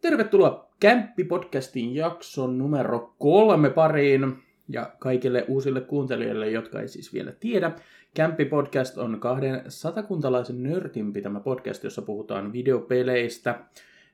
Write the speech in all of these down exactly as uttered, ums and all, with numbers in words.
Tervetuloa Kämppi-podcastin jakson numero kolme pariin. Ja kaikille uusille kuuntelijoille, jotka ei siis vielä tiedä, Kämppi-podcast on kahden satakuntalaisen nörtin pitämä podcast, jossa puhutaan videopeleistä,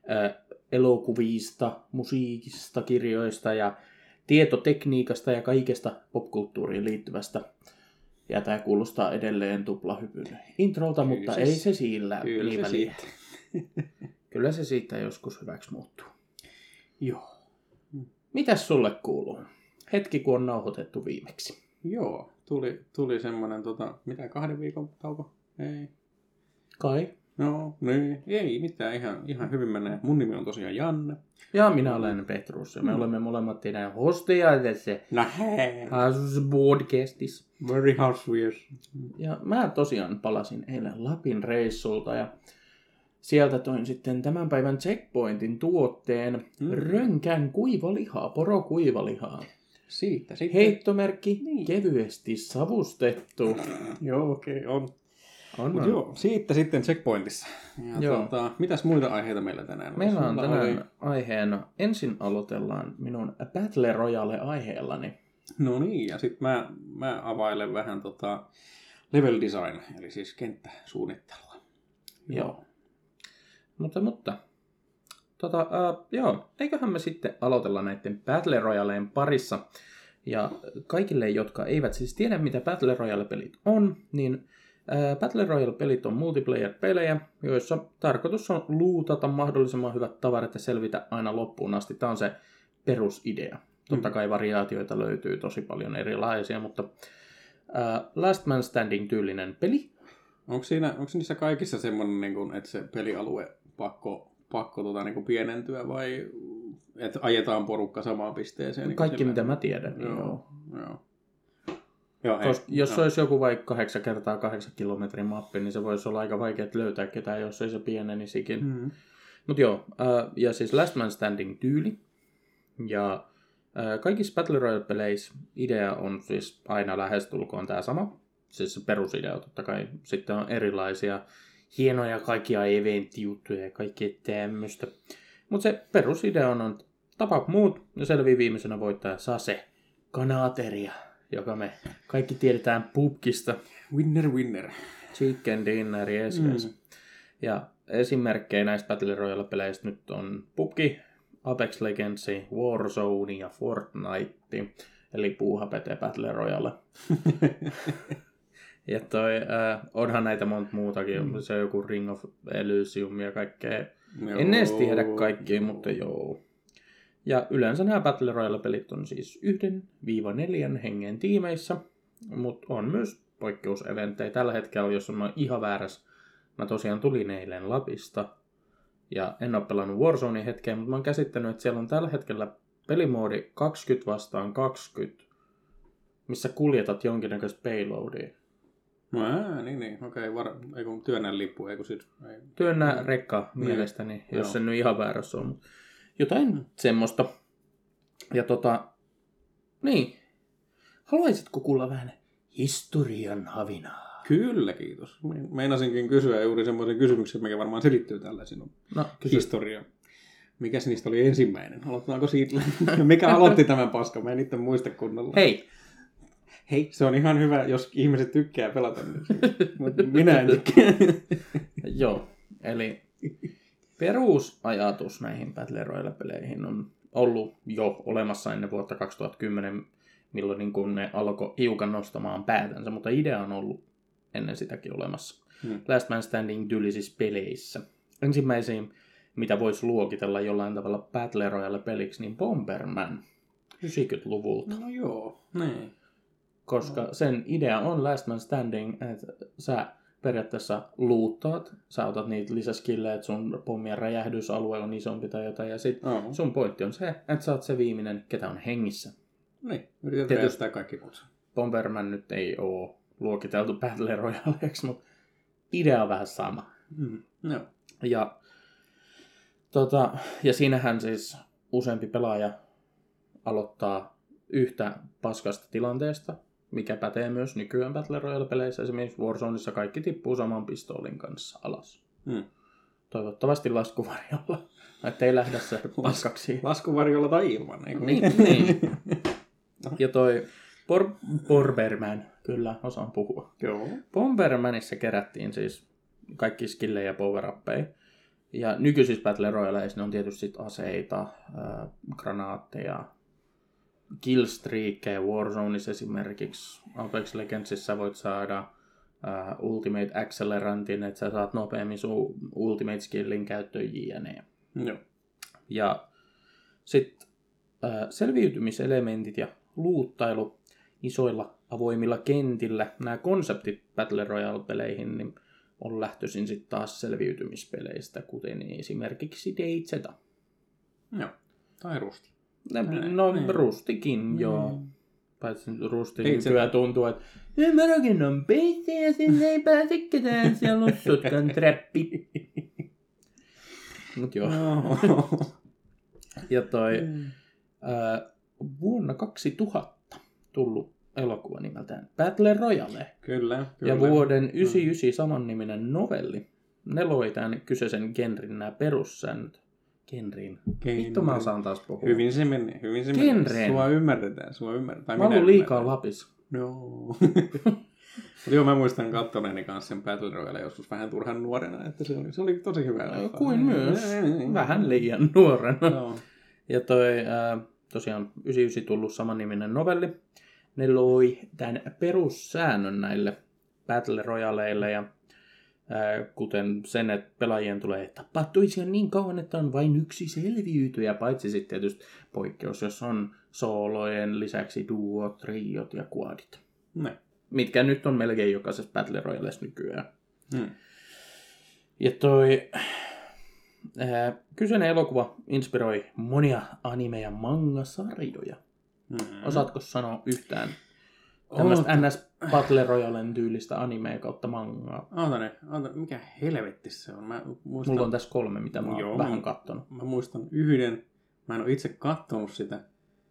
elokuvista, musiikista, kirjoista ja tietotekniikasta ja kaikesta popkulttuuriin liittyvästä. Ja tämä kuulostaa edelleen tuplahypyn introlta, kyllä mutta se, ei se sillä kyllä niin se väliä. Kyllä se siitä joskus hyväksi muuttuu. Joo. Mitäs sulle kuuluu? Hetki kun on nauhoitettu viimeksi. Joo, tuli, tuli semmoinen, tota, mitä kahden viikon tauko? Ei. Kai? No, niin. Ei mitään, ihan, ihan hyvin menee. Mun nimi on tosiaan Janne. Ja minä olen Petrus, ja me mm. olemme molemmat teidän hosteja tässä House-podcastissa. Very house Ja mä tosiaan palasin eilen Lapin reissulta, ja sieltä toin sitten tämän päivän checkpointin tuotteen mm. rönkän kuivalihaa, porokuivalihaa. Siitä sitten. Heittomerkki, niin. Kevyesti savustettu. Joo, okei, okay, on. On, Mut on. Joo, siitä sitten checkpointissa. Ja Joo. Tuota, mitäs muita aiheita meillä tänään on? Meillä on Sulla tänään oli... aiheena, ensin aloitellaan minun Battle Royale-aiheellani. No niin, ja sitten mä, mä availen vähän tota level design, eli siis kenttäsuunnittelua. Joo. Joo. Mutta, mutta, tota, äh, joo, eiköhän me sitten aloitella näiden Battle Royaleen parissa. Ja kaikille, jotka eivät siis tiedä, mitä Battle Royale-pelit on, niin äh, Battle Royale-pelit on multiplayer-pelejä, joissa tarkoitus on luutata mahdollisimman hyvät tavarat ja selvitä aina loppuun asti. Tämä on se perusidea. Totta kai variaatioita löytyy tosi paljon erilaisia, mutta äh, Last Man Standing-tyylinen peli. Onko, siinä, onko niissä kaikissa semmoinen, niin kuin, että se pelialue pakko, pakko tota, niin kuin pienentyä vai että ajetaan porukka samaan pisteeseen? Niin Kaikki sillä... mitä mä tiedän, niin joo. joo. joo. joo Koska ei, jos no. olisi joku vaikka kahdeksan kertaa kahdeksan kilometrin mappi, niin se voisi olla aika vaikea löytää ketään, jos ei se pienenisikin. Mm-hmm. Mutta joo, äh, ja siis Last Man Standing tyyli. Ja äh, kaikissa Battle Royale-peleissä idea on siis aina lähestulkoon tämä sama. Siis se perusidea totta kai. Sitten on erilaisia hienoja kaikkia eventijuttuja ja kaikkea tämmöistä. Mutta se perusidea on, on tapa muut ja selvii viimeisenä voittaja saa se kanaateria, joka me kaikki tiedetään pubkista. Winner, winner. Chicken dinner, yes, mm. yes. Ja esimerkkejä näistä Battle Royale-peleistä nyt on pubki, Apex Legends, Warzone ja Fortnite. Eli puuhapete Battle Royale. Ja toi, äh, onhan näitä monta muutakin. Mm. Se on joku Ring of Elysium ja kaikkea. Joo. En edes tiedä kaikkia, mutta joo. Ja yleensä nämä Battle Royale-pelit on siis yhden viiva neljän hengen tiimeissä. Mutta on myös poikkeuseventtejä. Tällä hetkellä, jos on ihan väärässä, mä tosiaan tulin eilen Lapista. Ja en ole pelannut Warzonein hetkeen, mutta mä oon käsittänyt, että siellä on tällä hetkellä pelimoodi kaksikymmentä vastaan kaksikymmentä, missä kuljetat jonkinnäköistä payloadia. No ää, niin, niin. Okei, var... ei kun työnnä lippu, ei kun sit... Ei... Työnnä rekka mielestäni, niin, jos joo. Se nyt ihan väärässä on. Mutta jotain mm. semmoista. Ja tota, niin. Haluaisitko kuulla vähän historian havinaa? Kyllä, kiitos. Meinasinkin kysyä juuri semmoisen kysymyksen, mikä varmaan selittyy tällä sinun no, historiaan. Mikäs niistä oli ensimmäinen? Aloitetaanko siitä? Mikä aloitti tämän paskan? Mä en itse muista kunnolla. Hei! Hei, se on ihan hyvä, jos ihmiset tykkää pelata. Mutta minä en tykkää. Joo, eli perusajatus näihin Battle Royale-peleihin on ollut jo olemassa ennen vuotta kaksituhattakymmenen, milloin niin kun ne alkoi hiukan nostamaan päätänsä, mutta idea on ollut ennen sitäkin olemassa. Hmm. Last Man Standing tyylisissä peleissä. Ensimmäisiin, mitä voisi luokitella jollain tavalla Battle Royale-peliksi, niin Bomberman yhdeksänkymmentäluvulta. No joo, niin. Koska no. Sen idea on Last Man Standing, että sä periaatteessa luuttaat, sä otat niitä lisäskillejä, että sun pommien räjähdysalue on isompi tai jotain, ja sit uh-huh. sun pointti on se, että sä oot se viimeinen, ketä on hengissä. Niin, yritetään räjähtää kaikki muut. Bomberman nyt ei oo luokiteltu Battle Royaleksi, mutta idea on vähän sama. Mm. No. Ja, tota, ja siinähän siis useampi pelaaja aloittaa yhtä paskasta tilanteesta, mikä pätee myös nykyään Battle Royale-peleissä. Esimerkiksi Warzoneissa kaikki tippuu saman pistoolin kanssa alas. Hmm. toivottavasti laskuvarjolla, ettei lähdä se paskaksi. Laskuvarjolla tai ilman, eikö niin? niin. Ja toi Por- Bomberman, kyllä osaan puhua. Joo. Bombermanissa kerättiin siis kaikki skillejä ja power-uppeja. Ja nykyisissä Battle Royaleissa ne on tietysti sit aseita, äh, granaatteja, killstreakkejä Warzoneissa esimerkiksi. Apex Legendsissa voit saada äh, Ultimate Accelerantin, että sä saat nopeammin sun Ultimate Skillin käyttöön jne. Joo. Ja sitten äh, selviytymiselementit ja luuttailu isoilla avoimilla kentillä. Nämä konseptit Battle Royale-peleihin niin on lähtöisin sitten taas selviytymispeleistä, kuten esimerkiksi DayZ. Joo, tai Rusti. No, no niin. Rustikin, mm. joo. Paitsi Rusti nykyään tuntuu, että mä rakennan peitteen ja sinne ei pääse ketään, siellä on sotkan trappi. Mut joo. No. Ja toi mm. äh, vuonna kaksituhatta tullut elokuva nimeltään Battle Royale. Kyllä, kyllä. Ja vuoden yhdeksänkymmentäyhdeksän samanniminen novelli. Ne loi tämän kyseisen genrin nämä perussäännöt. Genrin. Vittu mä osaan taas puhua. Hyvin se meni. Hyvin se meni. Sua ymmärretään. Sua ymmärretään. Mä oon liikaa Lapissa. No. Joo, mä muistan kattoneeni kanssa sen Battle Royale joskus vähän turhan nuorena, että se oli, se oli tosi hyvä. No, kuin myös. Vähän liian nuorena. No. Ja toi äh, tosiaan yhdeksänkymmentäyhdeksän tullut samanniminen novelli. Ne loi tämän perussäännön näille Battle Royaleille ja ää, kuten sen, että pelaajien tulee tappaa toisiaan niin kauan, että on vain yksi selviytyjä, paitsi sitten tietysti poikkeus, jos on soolojen lisäksi duot, triot ja quadit. Ne. Mitkä nyt on melkein jokaisessa Battle Royalessa nykyään. Hmm. Ja toi ää, kyseinen elokuva inspiroi monia anime- ja manga-sarjoja. Mm-hmm. Osaatko sanoa yhtään tämmöistä N S Battle Royalen tyylistä animea kautta mangaa? Oota ne, oota, mikä helvetti se on? Mä muistan... Mulla on tässä kolme, mitä mä oon Joo, vähän kattonut. Mä muistan yhden, mä en ole itse kattonut sitä,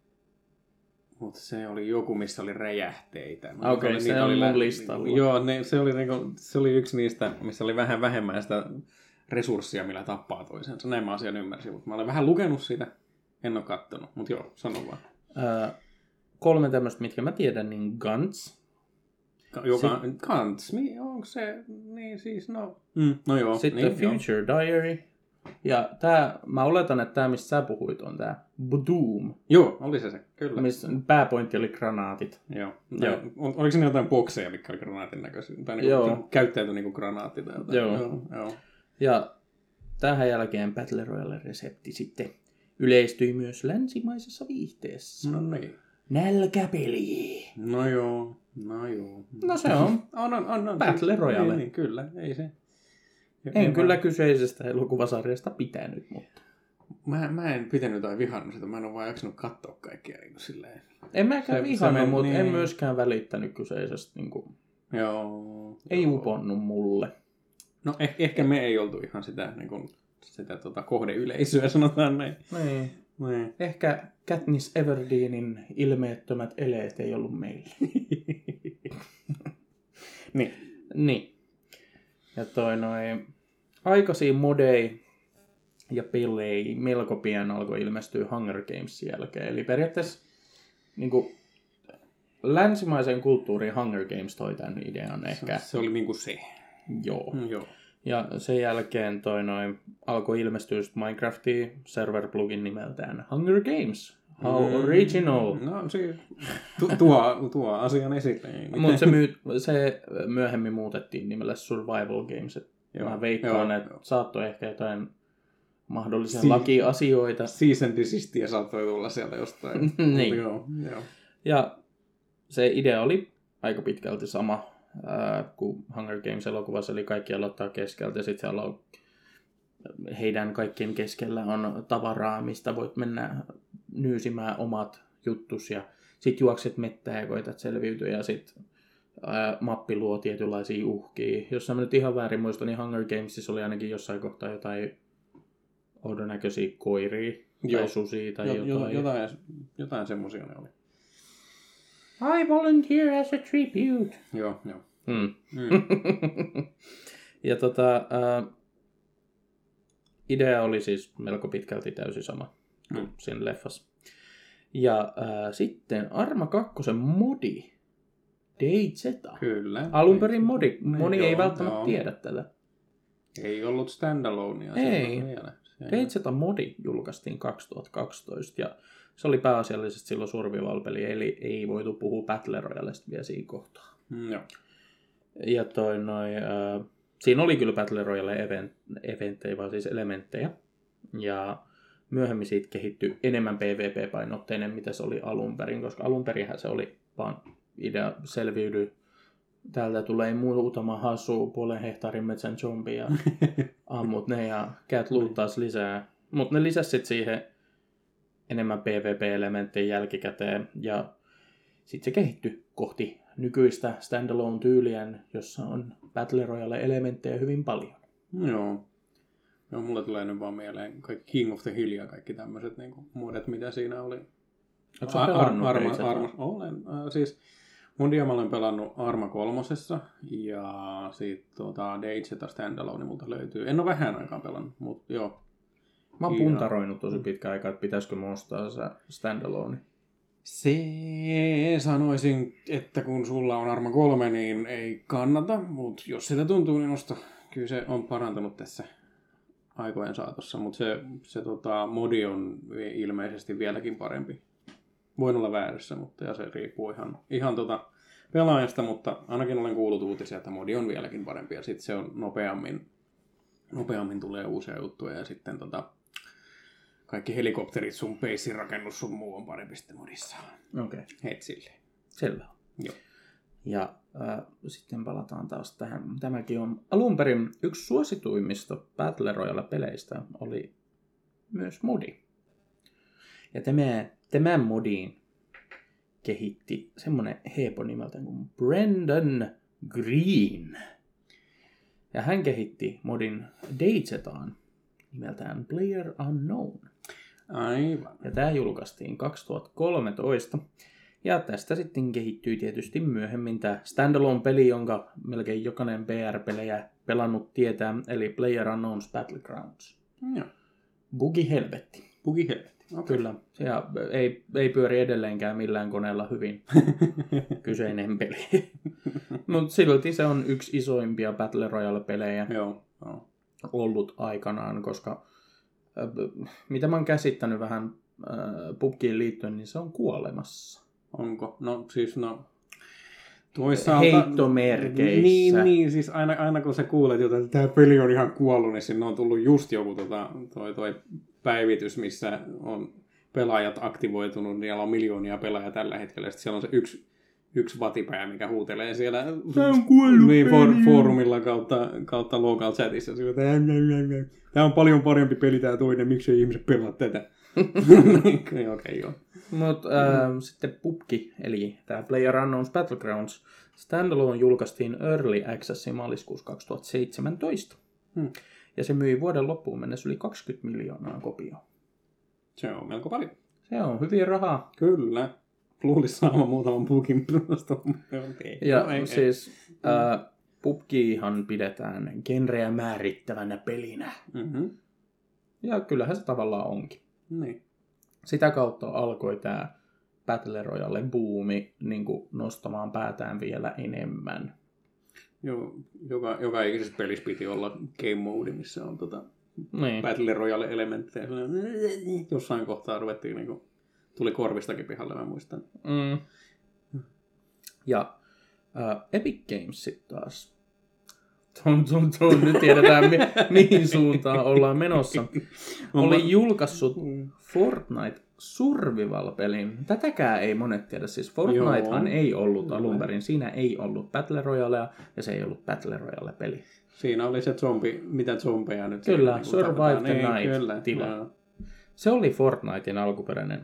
mutta se oli joku, missä oli räjähteitä. Okei, okay, se on mun listalla. Joo, ne, se, oli niinku, se oli yksi niistä, missä oli vähän vähemmän sitä resurssia, millä tappaa toisensa. Näin mä asian ymmärsin, mutta mä olen vähän lukenut sitä, en ole kattonut, mutta joo, sano vaan. Öö, kolme tämmöistä, mitkä mä tiedän, niin Gantz. Joka, Sit... Gantz, onko se, niin siis, no... Mm, no joo. Sitten niin, Future joo. Diary. Ja tää, mä oletan, että tää, mistä sä puhuit, on tää Doom. Joo, oli se se, kyllä. Missä pääpointti oli granaatit. Joo. joo. Oliko siinä jotain bokseja, mitkä oli granaatin näköisiä? Tai niinku, joo. Käyttäytyi niinku granaatti tai jotain. Joo. joo. joo. Ja tähän jälkeen Battle Royale-resepti sitten yleistyi myös länsimaisessa viihteessä. No niin. Nälkäpeli. No joo, no joo. No se on. on, on, on, on. Battle Royale. Niin, niin, kyllä, ei se. En en kyllä mä... kyseisestä elokuvasarjasta pitänyt, mutta... Mä, mä en pitänyt tai vihannut sitä, mä en ole vaan jaksanut katsoa kaikkia niin kuin silleen. En mäkään se, vihannut, se mutta niin... en myöskään välittänyt kyseisestä. Niin kuin... Joo. Ei joo. uponnut mulle. No eh, ehkä me ei oltu ihan sitä, niin kuin, sitä tota, kohdeyleisöä, sanotaan näin. Niin. niin. Ehkä Katniss Everdeenin ilmeettömät eleet ei ollut meillä. niin. Niin. Ja toi noin aikaisia modei ja pelejä melko pian alkoi ilmestyä Hunger Gamesin jälkeen. Eli periaatteessa niin kuin, länsimaisen kulttuuriin Hunger Games toi tämän idean ehkä. Se, se oli niinku se. Joo. Mm, joo. Ja sen jälkeen toi noin alkoi ilmestyä Minecraftiin server-plugin nimeltään Hunger Games. How mm. original. No siis tu- tuo, tuo asian esille. Mutta se, myy- se myöhemmin muutettiin nimellä Survival Games. Joo, mä veikkaan, että saattoi ehkä jotain mahdollisia si- lakiasioita. Cease and desistia saattoi tulla sieltä jostain. niin. Joo, joo. Ja se idea oli aika pitkälti sama äh, kuin Hunger Games-elokuvassa, eli kaikki aloittaa keskeltä ja sitten siellä on heidän kaikkien keskellä on tavaraa, mistä voit mennä nyysimään omat juttus ja sit juokset mettään ja koitat selviytyä ja sit ää, mappi luo tietynlaisia uhkia. Jos mä nyt ihan väärin muista, niin Hunger Gamesissa oli ainakin jossain kohtaa jotain oudon näköisiä koiria Joo. tai susia tai jo, jotain. Jotain, jotain semmosia ne oli. I volunteer as a tribute. Joo, joo. Mm. Mm. ja tota... Ää, idea oli siis melko pitkälti täysin sama kuin mm. siinä leffassa. Ja äh, sitten Arma kakkosen modi, DayZ. Kyllä. Alun perin modi. Moni ei joo, välttämättä joo. tiedä tätä. Ei ollut standalonea. Ei. DayZ-modi julkaistiin kaksituhattakaksitoista ja se oli pääasiallisesti silloin survival-peli, eli ei voitu puhua Battle Royalesta vielä siinä kohtaa. Mm, joo. Ja toi noi, äh, siinä oli kyllä Battle Royale event, eventtejä, vaan siis elementtejä. Ja myöhemmin siitä kehittyi enemmän PvP-painotteinen, mitä se oli alun perin, koska alun perinhän se oli vaan idea selviydy. Täältä tulee muutama hassu puolen hehtaarin metsän zombi ja ammut ne ja käyt luuttaas lisää. Mutta ne lisäsi sitten siihen enemmän PvP-elementtejä jälkikäteen ja sitten se kehittyi kohti nykyistä standalone-tyyliä, jossa on Battle Royale-elementtejä hyvin paljon. Joo. Joo, mulle tulee nyt vaan mieleen kaikki King of the Hill ja kaikki tämmöiset niin modet, mitä siinä oli. Onko sä pelannut Arma, Arma, Arma, olen. Äh, siis modia mä olen pelannut Arma kolmosessa ja sitten tuota, DayZ standalone multa löytyy. En ole vähän aikaa pelannut, mutta joo. Mä oon puntaroinut tosi pitkä aikaa, että pitäisikö mun ostaa se standalone. Se sanoisin, että kun sulla on Arma kolme, niin ei kannata, mutta jos sitä tuntuu, niin osta. Kyllä se on parantanut tässä aikojen saatossa, mutta se, se tota, modi on ilmeisesti vieläkin parempi. Voin olla väärässä, mutta ja se riippuu ihan, ihan tota pelaajasta, mutta ainakin olen kuullut uutisia, että modi on vieläkin parempi ja sitten se on nopeammin, nopeammin tulee uusia juttuja ja sitten tota, kaikki helikopterit, sun peissin rakennus, sun muu on parempi sitten modissa. Okei. Okay. Het silleen. Selvä. Joo. Ja äh, sitten palataan taas tähän. Tämäkin on alun perin yksi suosituimmista Battle Royale-peleistä oli myös modi. Ja tämä, tämän modin kehitti semmoinen heepo nimeltä kuin Brendan Green. Ja hän kehitti modin DayZaan nimeltään Player Unknown. Aivan. Ja tämä julkaistiin kaksituhattakolmetoista. Ja tästä sitten kehittyi tietysti myöhemmin tämä standalone-peli, jonka melkein jokainen B R-pelejä pelannut tietää, eli Player Unknown's Battlegrounds. Joo. Bugi helvetti. Bugi helvetti. Okay. Kyllä. Ja ei, ei pyöri edelleenkään millään koneella hyvin kyseinen peli. Mutta silti se on yksi isoimpia Battle Royale-pelejä Joo. Joo. ollut aikanaan, koska äh, mitä mä oon käsittänyt vähän äh, P U B Giin liittyen, niin se on kuolemassa. Onko? No siis no... Toisaalta... Heittomerkeissä. Niin, niin, siis aina, aina kun sä kuulet jotain, että tämä peli on ihan kuollut, niin sinne on tullut just joku tota, toi, toi päivitys, missä on pelaajat aktivoitunut, niin siellä on miljoonia pelaajia tällä hetkellä. Sitten siellä on se yksi, yksi vatipää, mikä huutelee siellä niin, for, foorumilla kautta, kautta local chatissa. Tämä on paljon parempi peli tämä toinen, miksi ei ihmiset pelaa tätä? Okei, okay, joo. Mutta äh, mm. sitten P U B G, eli tämä Player Unknown's Battlegrounds, standalone julkaistiin Early Accessin maaliskuussa kaksituhattaseitsemäntoista. Hmm. Ja se myi vuoden loppuun mennessä yli kaksikymmentä miljoonaa kopioa. Se on melko paljon. Se on hyvin rahaa. Kyllä. Luulisi saamaan muutaman puukin pelosta. Ja no, ei, siis äh, P U B Gihan pidetään genreä määrittävänä pelinä. Mm-hmm. Ja kyllähän se tavallaan onkin. Niin. Sitä kautta alkoi tämä Battle Royale-buumi niin kuin nostamaan päätään vielä enemmän. Joo, joka, joka ikisessä pelissä piti olla game mode, missä on tota niin. Battle Royale-elementtejä. Jossain kohtaa ruvettiin, niin kuin, tuli korvistakin pihalle, mä muistan. Mm. Ja uh, Epic Games sitten taas. Tuon, tuon, tuon, nyt tiedetään, mi- mihin suuntaan ollaan menossa. Oli julkaissut Fortnite Survival-pelin. Tätäkään ei monet tiedä. Siis Fortnitehan ei ollut alun perin. Siinä ei ollut Battle Royalea ja se ei ollut Battle Royale-peli. Siinä oli se zombi, mitä zombeja nyt. Kyllä, niin Survive the niin, Night-tila. Se oli Fortnitein alkuperäinen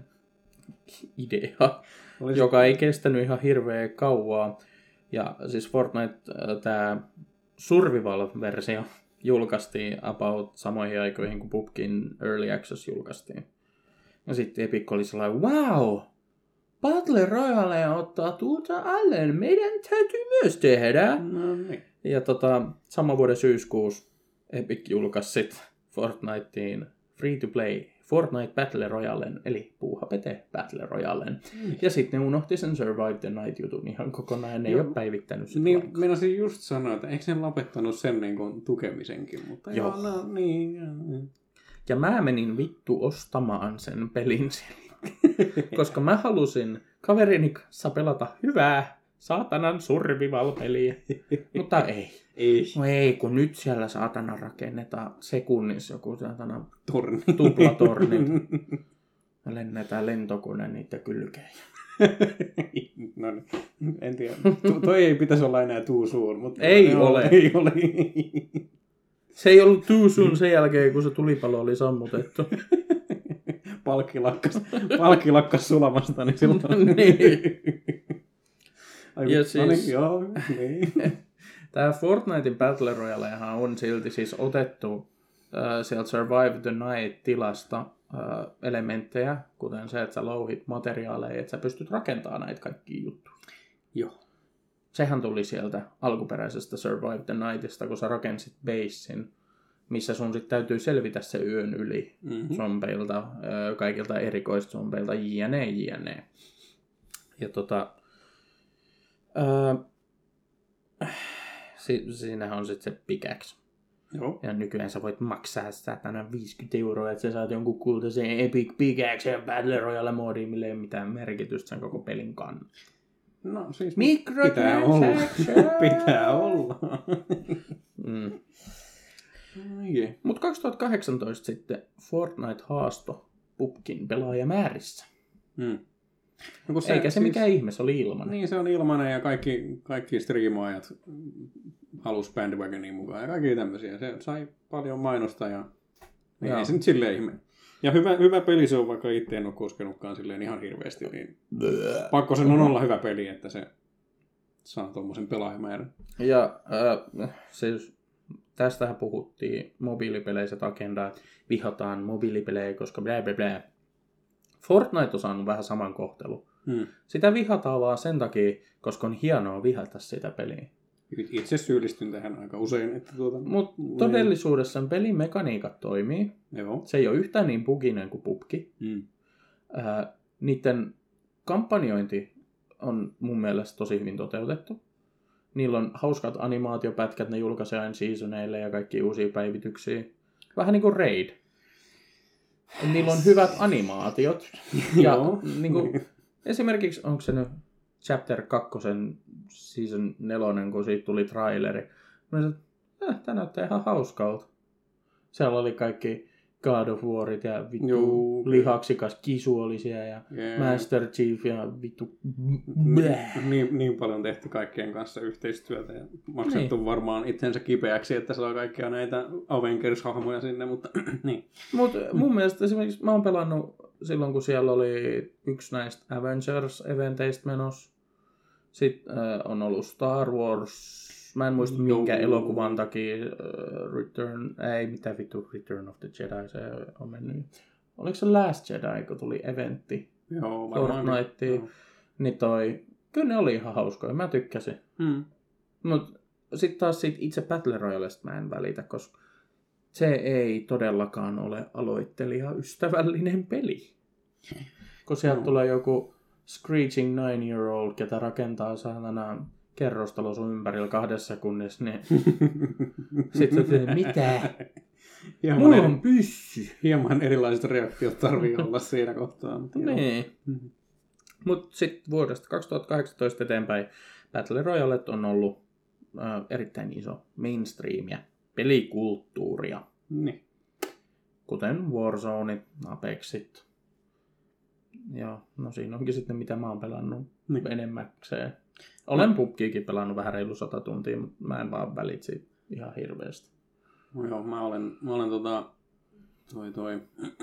idea, Olis... joka ei kestänyt ihan hirveän kauaa. Ja siis Fortnite, tämä Survival-versio julkaistiin about samoihin aikoihin, kun P U B Gin Early Access julkaistiin. Ja sitten Epic oli sellainen, wow, Battle Royale ottaa tuulta alleen, meidän täytyy myös tehdä. No niin. Ja tota, saman vuoden syyskuussa Epic julkaisi sit Fortniteen Free to Play Fortnite Battle Royalen, eli Puuhapete Battle Royalen. Mm. Ja sitten ne unohti sen Survive the Night jutun ihan kokonaan, ja ne ei ole päivittänyt sitä. Niin, meinasin just sanoa, että eikö ne lopettanut sen niin kuin tukemisenkin, mutta joo, joo no niin. Joo. Ja mä menin vittu ostamaan sen pelin koska mä halusin kaverini kanssa pelata hyvää saatanan survival-peliä. Mutta ei. Ei. No ei, kun nyt siellä saatana rakennetaan sekunnissa joku saatana torni. Tuplatornit. Ja lennetään lentokone niitä kylkeen. No niin, en tiedä. To, toi ei pitäisi olla enää too soon, mutta ei ole. Ei ole. Se ei ollut too soon sen jälkeen, kun se tulipalo oli sammutettu. Palkki lakkas, palkki lakkas sulamasta, niin silloin... niin. Ai, ja no siis... niin, joo, niin. Tämä Fortnitein Battle Royalehan on silti siis otettu äh, sieltä Survive the Night-tilasta äh, elementtejä, kuten se, että sä louhit materiaaleja, että sä pystyt rakentamaan näitä kaikkia juttuja. Joo. Sehän tuli sieltä alkuperäisestä Survive the Nightista, kun sä rakensit basein, missä sun sitten täytyy selvitä se yön yli mm-hmm. zombeilta, äh, kaikilta erikoiszombeilta, jne, jne. Ja tota... Äh, Si- siinähän on sitten se pickaxe. Joo. Ja nykyään sä voit maksaa satana viisikymmentä euroa, että sä saat jonkun kultaisen Epic Pickaxe ja Battle Royale moodiin, millä ei ole mitään merkitystä sen koko pelin kannalta. No siis pitää olla. pitää olla. mm. Okay. Mutta kaksituhattakahdeksantoista sitten Fortnite haasto P U B G:n pelaajamäärissä. Mm. No se, eikä se siis, mikään ihme, se oli ilmanen. Niin, se on ilmanen ja kaikki, kaikki striimaajat halusi bandwagonin mukaan ja kaikki tämmöisiä. Se sai paljon mainosta ja niin ei se nyt silleen ihme. Ja hyvä, hyvä peli se on, vaikka itse en ole koskenutkaan silleen ihan hirveästi. Niin pakko sen on olla hyvä peli, että se saa tuommoisen pelaajamäärän. Ja äh, siis tästähän puhuttiin mobiilipeleiset agendaa, että vihataan mobiilipelejä, koska blä blä blä. Fortnite on saanut vähän saman kohtelun. Hmm. Sitä vihataan vaan sen takia, koska on hienoa vihata sitä peliä. Itse syyllistyn tähän aika usein. Että tuota... Mutta todellisuudessa pelin mekaniikat toimii. Joo. Se ei ole yhtään niin buginen kuin P U B G. Hmm. Äh, niiden kampanjointi on mun mielestä tosi hyvin toteutettu. Niillä on hauskat animaatiopätkät, ne julkaisee aina seasoneille ja kaikki uusia päivityksiä. Vähän niin kuin Raid. Niillä on hyvät animaatiot. Ja niin kuin, esimerkiksi onko se nyt Chapter kaksi Season neljä, kun siitä tuli traileri. Mä sanoin, että eh, tämä näyttää ihan hauskalta. Siellä oli kaikki God of Warit ja vittu Juu, lihaksikas kisu oli siellä ja yeah. Master Chief ja vittu... Niin, niin paljon tehty kaikkien kanssa yhteistyötä ja maksettu niin. Varmaan itsensä kipeäksi, että saa kaikkia näitä Avengers-hahmoja sinne, mutta niin. Mutta mun mielestä esimerkiksi mä oon pelannut silloin, kun siellä oli yksi näistä Avengers-eventeistä menossa. Sitten äh, on ollut Star Wars... Mä en muista minkä elokuvan takia uh, Return, ei mitään vittu Return of the Jedi, se on mennyt. Oliko se Last Jedi, kun tuli eventti Joo, Fortniteen, niin toi, kyllä ne oli ihan hauskoja, mä tykkäsin. Hmm. Mut sit taas siitä itse Battle Royalesta mä en välitä, koska se ei todellakaan ole aloittelija-ystävällinen peli. Kun sieltä no. tulee joku Screeching Nine-Year-Old, ketä rakentaa saatana kerrostalo sun ympärillä kahdessa sekunnissa, niin sitten sä mitä? Hieman Mulla eri... on pyssy. Hieman erilaiset reaktiot tarvii olla siinä kohtaa. Niin. Mm-hmm. Mutta sitten vuodesta kaksituhattakahdeksantoista eteenpäin Battle Royalet on ollut äh, erittäin iso mainstreamia, pelikulttuuria. Niin. Kuten Warzone, Apexit. Ja no siinä onkin sitten mitä mä oon pelannut niin. Enemmäkseen. Olen P U B Gikin pelannut vähän reilu sata tuntia, mutta mä en vaan välit siitä ihan hirveästi. No joo, mä olen, mä olen tota, toi toi,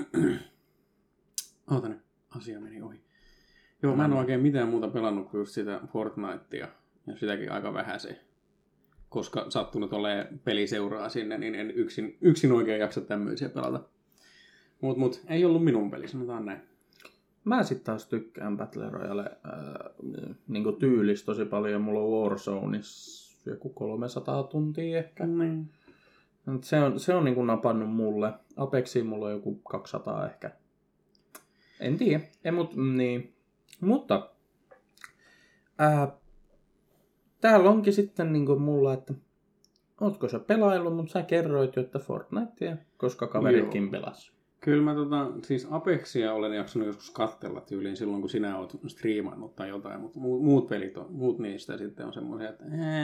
oota nyt, asia meni ohi. Joo, mä en ole oikein mitään muuta pelannut kuin just sitä Fortnitea, ja sitäkin aika vähän se. Koska sattunut olemaan peliseuraa sinne, niin en yksin, yksin oikein jaksa tämmöisiä pelata. Mut, mut, ei ollut minun peli, sanotaan näin. Mä sit taas tykkään Battle Royale äh, niinku tyylistä tosi paljon. Mulla on Warzoneissa joku kolmesataa tuntia ehkä. Mm. Se on, se on niin kuin napannut mulle. Apexiin mulla on joku kaksisataa ehkä. En tiedä. Ei, mut, niin. Mutta ää, täällä onkin sitten niin kuin mulla, että ootko sä pelaillut, mutta sä kerroit jo, että Fortnitea, koska kaveritkin pelas. Kyllä mä tota, siis Apexia olen jaksanut joskus katsella tyyliin silloin, kun sinä oot striimannut tai jotain, mutta muut pelit on, muut niistä sitten on semmoisia, että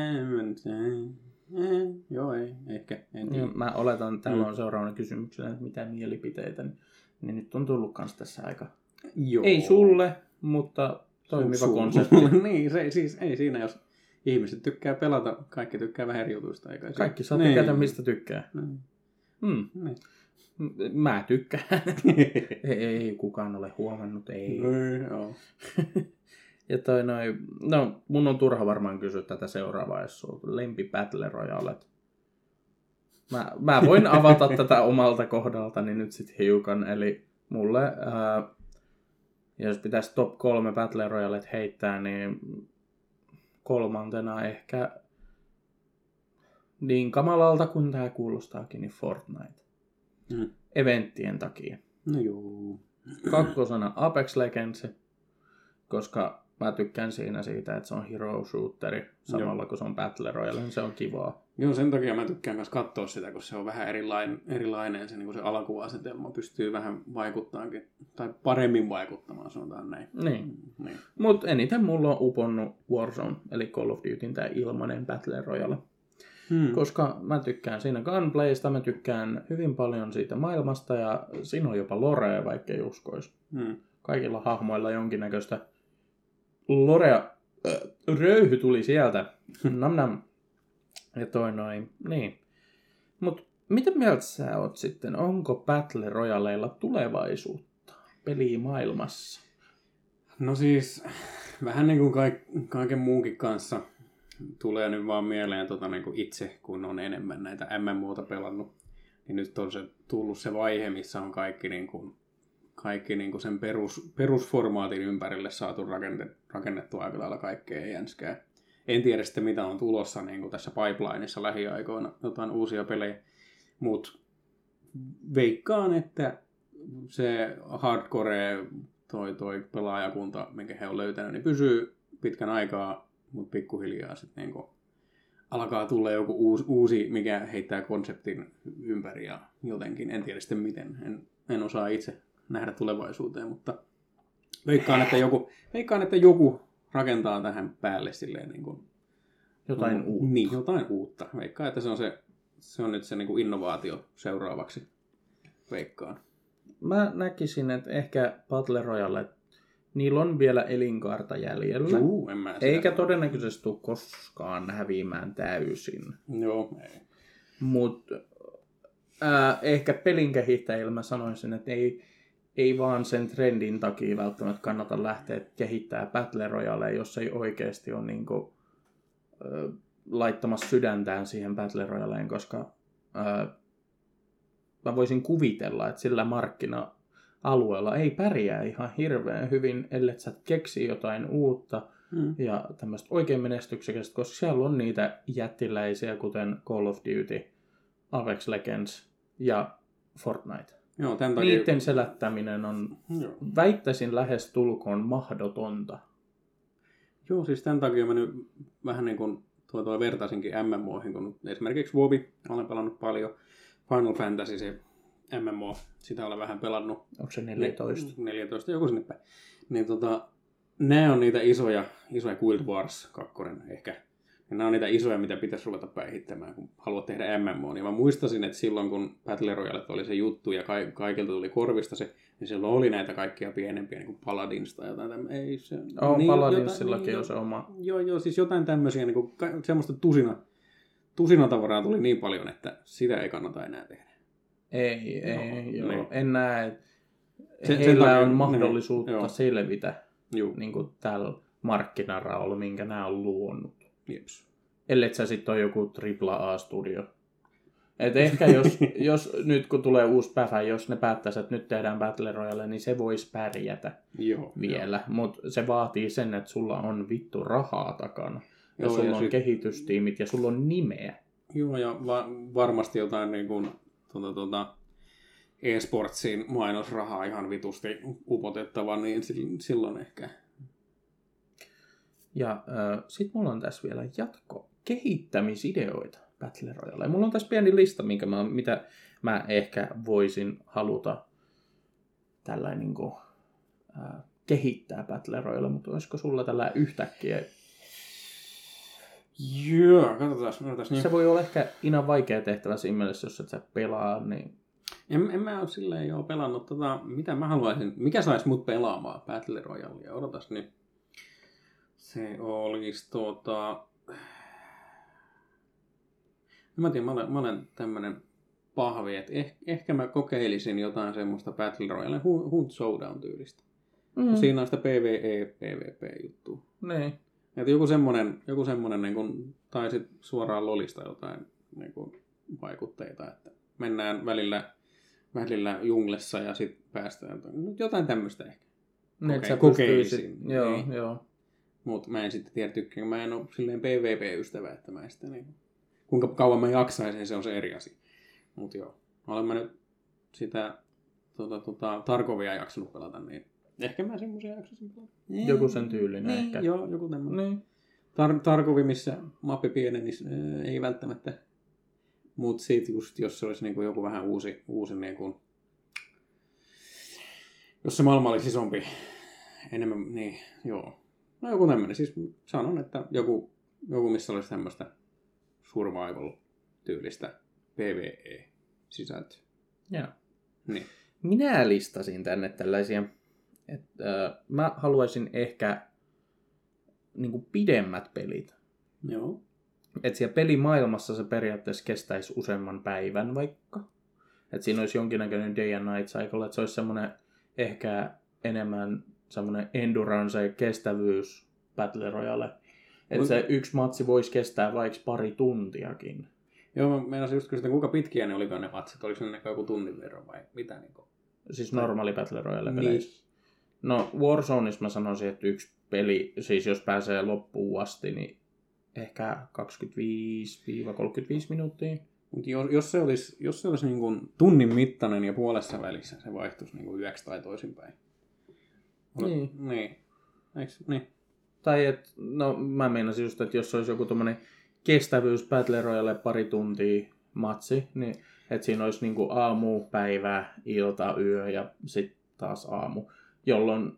Eh, joo, ei, ehkä, en tiedä. Mä oletan, että täällä on seuraavana kysymyksenä, että mitä mielipiteitä, niin, niin nyt on tullut kans tässä aika. Joo. Ei sulle, mutta toimiva konsepti. Niin, se, siis ei siinä, jos ihmiset tykkää pelata, kaikki tykkää vähän eri jutuista. Eikä se... Kaikki saa tykätä, mistä tykkää. Niin. Hmm. Niin. Mä tykkään. ei, ei kukaan ole huomannut, ei. Niin, joo. Ja toi noi, no mun on turha varmaan kysyä tätä seuraavaa, jos sulla on lempi Battle Royale. Mä, mä voin avata tätä omalta kohdaltani nyt sit hiukan, eli mulle, ää, jos pitäisi top kolme Battle Royalet heittää, niin kolmantena ehkä niin kamalalta kuin tää kuulostaakin, niin Fortnite. Mm. Eventtien takia. No joo. Kakkosena Apex Legends, koska mä tykkään siinä siitä, että se on hero shooteri samalla joo. kun se on Battle Royale, niin se on kivaa. Joo, sen takia mä tykkään myös katsoa sitä, kun se on vähän erilainen, erilainen se, niin se alkuasetelma pystyy vähän vaikuttaankin, tai paremmin vaikuttamaan, sanotaan näin. Niin, mm, niin. Mutta eniten mulla on uponnut Warzone, eli Call of Dutyn tää ilmanen Battle Royale. Hmm. Koska mä tykkään siinä gunplaysta, mä tykkään hyvin paljon siitä maailmasta ja siinä on jopa lorea, vaikka ei uskoisi. Hmm. Kaikilla hahmoilla jonkinnäköistä lorea. Äh, röyhy tuli sieltä. Nam nam. Ja toi noin. Niin. Mut mitä mieltä sä oot sitten? Onko Battle Royaleilla tulevaisuutta pelimaailmassa? No siis, vähän niin kuin kaik- kaiken muunkin kanssa tulee nyt vaan mieleen tota, niin kuin itse, kun on enemmän näitä M M O:ta pelannut. Niin nyt on se tullut se vaihe, missä on kaikki, niin kuin, kaikki niin kuin sen perus, perusformaatin ympärille saatu rakennettu, rakennettu aika lailla kaikkea jänskää. En tiedä sitten, mitä on tulossa niin kuin tässä pipelineissa lähiaikoina, jotain uusia pelejä. Mutta veikkaan, että se hardcore toi, toi pelaajakunta, minkä he on löytänyt, niin pysyy pitkän aikaa, mutta pikkuhiljaa sitten niinku alkaa tulla joku uusi, uusi, mikä heittää konseptin ympäri ja jotenkin. En tiedä sitten miten. En, en osaa itse nähdä tulevaisuuteen, mutta veikkaan, että joku, veikkaan, että joku rakentaa tähän päälle silleen niin kuin, jotain no, uutta. Niin, jotain uutta. Veikkaan, että se on, se, se on nyt se niin kuin innovaatio seuraavaksi. Veikkaan. Mä näkisin, että ehkä Battle Royale, niillä on vielä elinkaarta jäljellä. Juu, en mä eikä todennäköisesti tule koskaan häviämään täysin. Joo, ei. Mutta äh, ehkä pelin kehittäjillä mä sanoisin, että ei, ei vaan sen trendin takia välttämättä kannata lähteä kehittämään Battle Royale, jos ei oikeasti ole niinku, äh, laittamassa sydäntään siihen Battle Royaleen, koska äh, mä voisin kuvitella, että sillä markkina-alueella ei pärjää ihan hirveän hyvin, ellei sä keksi jotain uutta mm. ja tämmöistä oikein menestyksekästä, koska siellä on niitä jättiläisiä, kuten Call of Duty, Apex Legends ja Fortnite. Joo, tämän takia... Niiden selättäminen on, Joo. väittäisin, lähes tulkoon mahdotonta. Joo, siis tämän takia mä nyt vähän niin kuin tuo, tuo vertaisinkin M M O:ihin, kun esimerkiksi WoWi olen pelannut paljon. Final Fantasy, se M M O, sitä olen vähän pelannut. Onko se neljätoista? neljätoista, joku sinne päin. Niin tota, nämä on niitä isoja, isoja Guild Wars kaksi ehkä. Ja nämä on niitä isoja, mitä pitäisi ruveta päihittämään, kun haluat tehdä M M O. Niin mä muistasin, että silloin kun Battle Royale oli se juttu ja ka- kaikilta tuli korvista se, niin silloin oli näitä kaikkia pienempiä, niin kuin Paladins tai jotain tämmöisiä. Ei se... Oh, niin, Paladinsillakin niin, on se oma. Joo, joo, siis jotain tämmöisiä, niin kuin, semmoista tusina, tusina tavaraa tuli niin paljon, että sitä ei kannata enää tehdä. Ei, ei, no, joo. Niin. En näe, että se, heillä takia, on mahdollisuutta niin, selvitä niin kuin tällä markkinaraolla, minkä nämä on luonut. Jeps. Ellei sä sitten ole joku tripla A-studio. Et ehkä jos, jos nyt kun tulee uusi päivä, jos ne päättäisi, että nyt tehdään Battle Royale, niin se voisi pärjätä joo, vielä. Mutta se vaatii sen, että sulla on vittu rahaa takana. Ja joo, sulla ja on sit... kehitystiimit ja sulla on nimeä. Joo, ja va- varmasti jotain niin kuin, tuota, tuota, e-sportsiin mainosrahaa ihan vitusti upotettava, niin silloin ehkä. Ja äh, sit mulla on tässä vielä jatko kehittämisideoita Battle Royale. Mulla on tässä pieni lista, minkä mä, mitä mä ehkä voisin haluta tällainen niin kuin, äh, kehittää Battle Royale, mutta olisiko sulla tällä yhtäkkiä? Joo, katsotaan. katsotaan niin. Se voi olla ehkä ihan vaikea tehtävä siinä mielessä, jos et sä pelaa, niin... En, en mä ole silleen jo pelannut tota, mitä mä haluaisin, mikä saisi mut pelaamaan Battle Royalea, odotas niin. Se olisi tota... Mä tiedän, mä olen, mä olen tämmönen pahvi, että eh, ehkä mä kokeilisin jotain semmoista Battle Royale Hunt Showdown tyylistä. Mm. Siinä on sitä PvE, PvP-juttua. Niin. Että joku semmonen, joku semmonen niin kun, tai sit suoraan LoLista jotain niin kun, vaikutteita, että mennään välillä, välillä junglessa ja sit päästään jotain tämmöistä ehkä. Koke- kokeilisin. Joo, niin. joo. Mut mä en sitten tiedä tykkään, mä en ole silleen PvP-ystävä, että mä en sitä niin, kuinka kauan mä jaksaisin, se on se eri asia. Mut joo, olen mä nyt sitä tota, tota, Tarkovia jaksanut pelata, niin ehkä mä semmoisia jaksaisin pelata. Joku sen tyylinen niin, ehkä. Joo, joku tämmöinen. Niin. Tar- Tarkovi, missä mappi pieni, niin ei välttämättä. Mut sit just, jos se olisi niinku joku vähän uusi, uusi niinku, jos se maailma olisi isompi, enemmän, niin joo. No joku tämmöinen. Siis sanon, että joku, joku missä olisi tämmöistä survival-tyylistä PvE-sisältöä. Joo. Niin. Minä listasin tänne tällaisia, että äh, mä haluaisin ehkä niin kuin pidemmät pelit. Joo. Että siellä pelimaailmassa se periaatteessa kestäisi useamman päivän vaikka. Että siinä olisi jonkinnäköinen day and night cycle, että se olisi semmoinen ehkä enemmän semmoinen endurance ja kestävyys Battle Royale. Että se yksi matsi voisi kestää vaikka pari tuntiakin. Joo, mä meinasin just kysyä, kuinka pitkiä ne olikaan ne matsit? Oliko ne joku tunnin verran vai mitä? Niin kuin? Siis normaali Battle Royale-peleissä. Niin. No Warzoneissa mä sanoisin, että yksi peli, siis jos pääsee loppuun asti, niin ehkä kaksikymmentäviisi kolmekymmentäviisi minuuttia. Mutta jos, jos se olisi, jos se olisi niin kuin tunnin mittainen ja puolessa välissä, se vaihtuisi niin kuin yöksi tai toisinpäin. Niin. Niin. Eiks, niin. Tai että, no mä meinasin just, että jos olisi joku tommonen kestävyys Battle Royale pari tuntia matsi, niin että siinä olisi niinku aamu, päivä, ilta, yö ja sitten taas aamu, jolloin,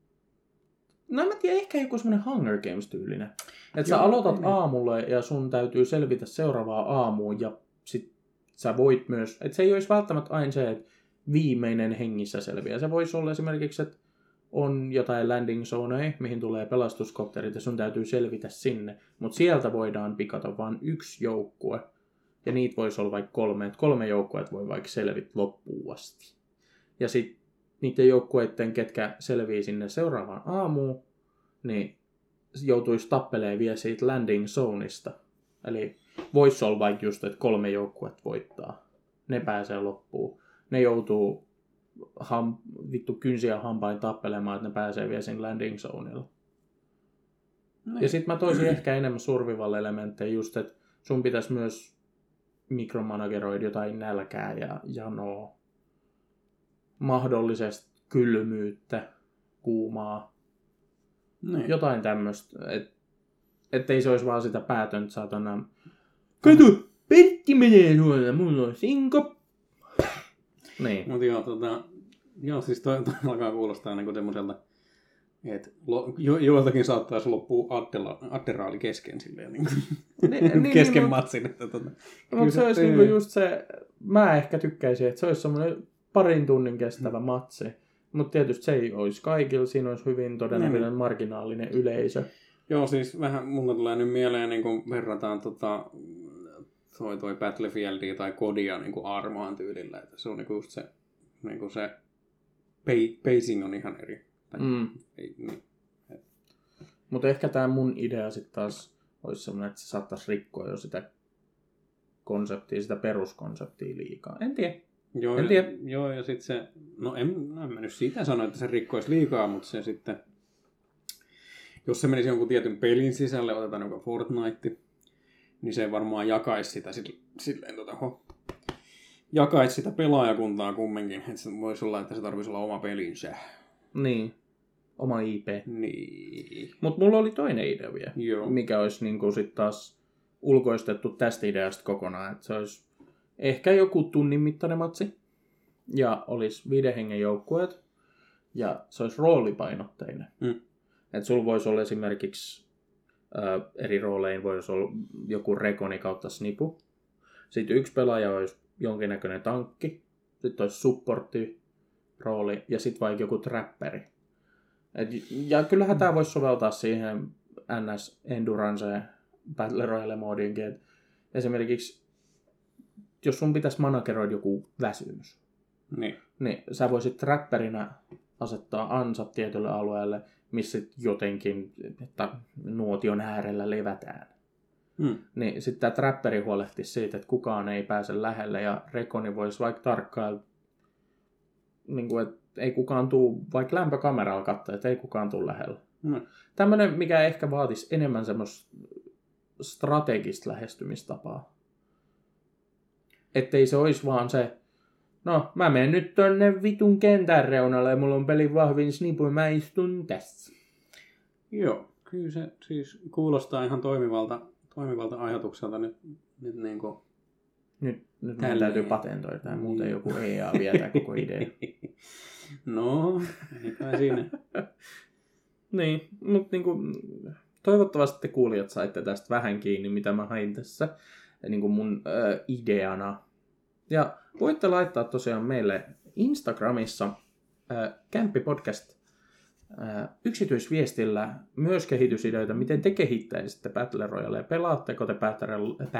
no en mä tiedä, ehkä joku semmoinen Hunger Games-tyylinen. Että sä aloitat niin. aamulle ja sun täytyy selvitä seuraavaa aamuun ja sit sä voit myös, että se ei olisi välttämättä aina se, että viimeinen hengissä selviää. Se voisi olla esimerkiksi, että on jotain landing zoneja, mihin tulee pelastuskopterit ja sun täytyy selvitä sinne. Mutta sieltä voidaan pikata vain yksi joukkue. Ja niitä voisi olla vaikka kolme. Et kolme joukkueet voi vaikka selvitä loppuun asti. Ja sitten niiden joukkueiden, ketkä selvii sinne seuraavaan aamuun, niin joutuisi tappeleen vielä siitä landing zoneista. Eli voisi olla vaikka just, että kolme joukkuet voittaa. Ne pääsee loppuun. Ne joutuu ham, vittu kynsiä hampain tappelemaan, että ne pääsee vielä sinne landing zoneilla. Ja sitten mä toisin ehkä enemmän survival-elementtejä just, että sun pitäisi myös mikromanageroida jotain nälkää ja janoa. Mahdollisesti kylmyyttä, kuumaa. Niin. Jotain tämmöistä. Et, ettei se olisi vaan sitä päätöntä saatana. Kato, Pertti menee tuolla, mulla on sinko. Niin. Mutta joo, tota, joo, siis toi, toi alkaa kuulostaa niinku semmoiselta, että jo, joiltakin saattaisi loppua addela, adderaali kesken silleen, niin niin, kesken niin, matsin. Että, tota, mutta se olisi niinku just se, mä ehkä tykkäisin, että se olisi semmoinen parin tunnin kestävä mm. matsi. Mutta tietysti se ei olisi kaikilla, siinä olisi hyvin todennäköinen mm. marginaalinen yleisö. Joo, siis vähän mulla tulee nyt mieleen, niin kun verrataan tota, toi, toi Battlefieldia tai Kodia niin kuin Armaan tyylillä, että se on niin just se, niin kuin se pacing on ihan eri. Mm. Ei, niin. Mutta ehkä tämä mun idea sitten taas olisi sellainen, että se saattaisi rikkoa jo sitä konseptia, sitä peruskonseptia liikaa. En tiedä. Joo, en tiedä. Ja, joo, ja sitten se, no en, no en mä nyt siitä sano, että se rikkoisi liikaa, mutta se sitten, jos se menisi jonkun tietyn pelin sisälle, otetaan joku Fortnite, niin se varmaan jakaisi sitä silleen tota, ho, jakaisi sitä pelaajakuntaa kumminkin. Että se voisi olla, että se tarvitsisi olla oma pelinsä. Niin. Oma I P. Niin. Mut mulla oli toinen idea vielä, Joo. mikä olisi niinku sit taas ulkoistettu tästä ideasta kokonaan. Että se olisi ehkä joku tunnin mittainen matsi. Ja olisi viiden hengen joukkueet. Ja se olisi roolipainotteinen. Mm. Että sulla voisi olla esimerkiksi ä, eri roolein voisi olla joku rekoni kautta snipu. Sitten yksi pelaaja olisi jonkinnäköinen tankki. Sitten olisi supportti rooli. Ja sitten vaikka joku trapperi. Et, ja kyllähän tämä voisi soveltaa siihen N S Endurance Battle Royale-moodiinkin. Et esimerkiksi, jos sun pitäisi manageroida joku väsymys, niin. niin sä voisit trapperinä asettaa ansat tietylle alueelle, missä jotenkin että nuotion äärellä levätään. Hmm. Niin sitten tämä trapperi huolehtisi siitä, että kukaan ei pääse lähelle ja rekoni voisi vaikka tarkkailla, niin kuin, että ei kukaan tuu, vaikka lämpökameralla katsoa, että ei kukaan tuu lähellä. Hmm. Tämmöinen, mikä ehkä vaatisi enemmän semmoista strategista lähestymistapaa. Ettei se olisi vaan se, no mä menen nyt tonne vitun kentän reunalle ja mulla on pelin vahvin snipu ja mä istun tässä. Joo, kyllä se siis kuulostaa ihan toimivalta, toimivalta ajatukselta nyt, nyt niin kuin... Nyt, nyt meidän täytyy patentoida tai muuten niin. joku E A vietää koko idea. No, ei kai siinä. Niin, mutta niinku, toivottavasti te kuulijat saitte tästä vähän kiinni, mitä mä hain tässä niin kuin mun ö, ideana. Ja voitte laittaa tosiaan meille Instagramissa ö, Kämppi Podcast ö, yksityisviestillä myös kehitysideoita, miten te kehittäisitte Battle Royale. Pelaatteko te Battle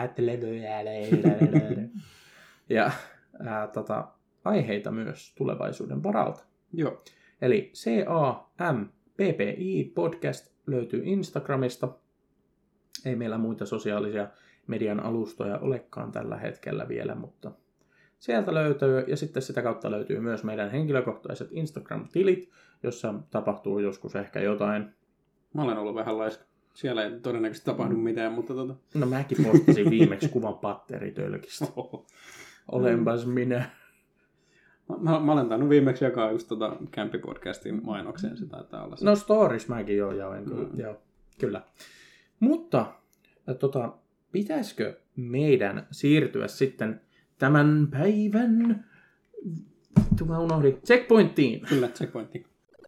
Royale? Ja ää, tota, aiheita myös tulevaisuuden varalta. Joo. Eli C A M P P I podcast löytyy Instagramista. Ei meillä muita sosiaalisia median alustoja olekaan tällä hetkellä vielä, mutta sieltä löytyy. Ja sitten sitä kautta löytyy myös meidän henkilökohtaiset Instagram-tilit, jossa tapahtuu joskus ehkä jotain. Mä olen ollut vähän laiska. Siellä ei todennäköisesti tapahdu mitään, mutta tota... No mäkin postasin viimeksi kuvan patteritölkistä. Olenpas minä. Mä, mä olen tainnut viimeksi jakaa just tota Kämppi-podcastin mainoksen, se taitaa olla se. No stories mäkin jo jaoin, Mm. joo, kyllä. Mutta tota, pitäisikö meidän siirtyä sitten tämän päivän, vittu mä unohdin, checkpointtiin? Kyllä, checkpointti.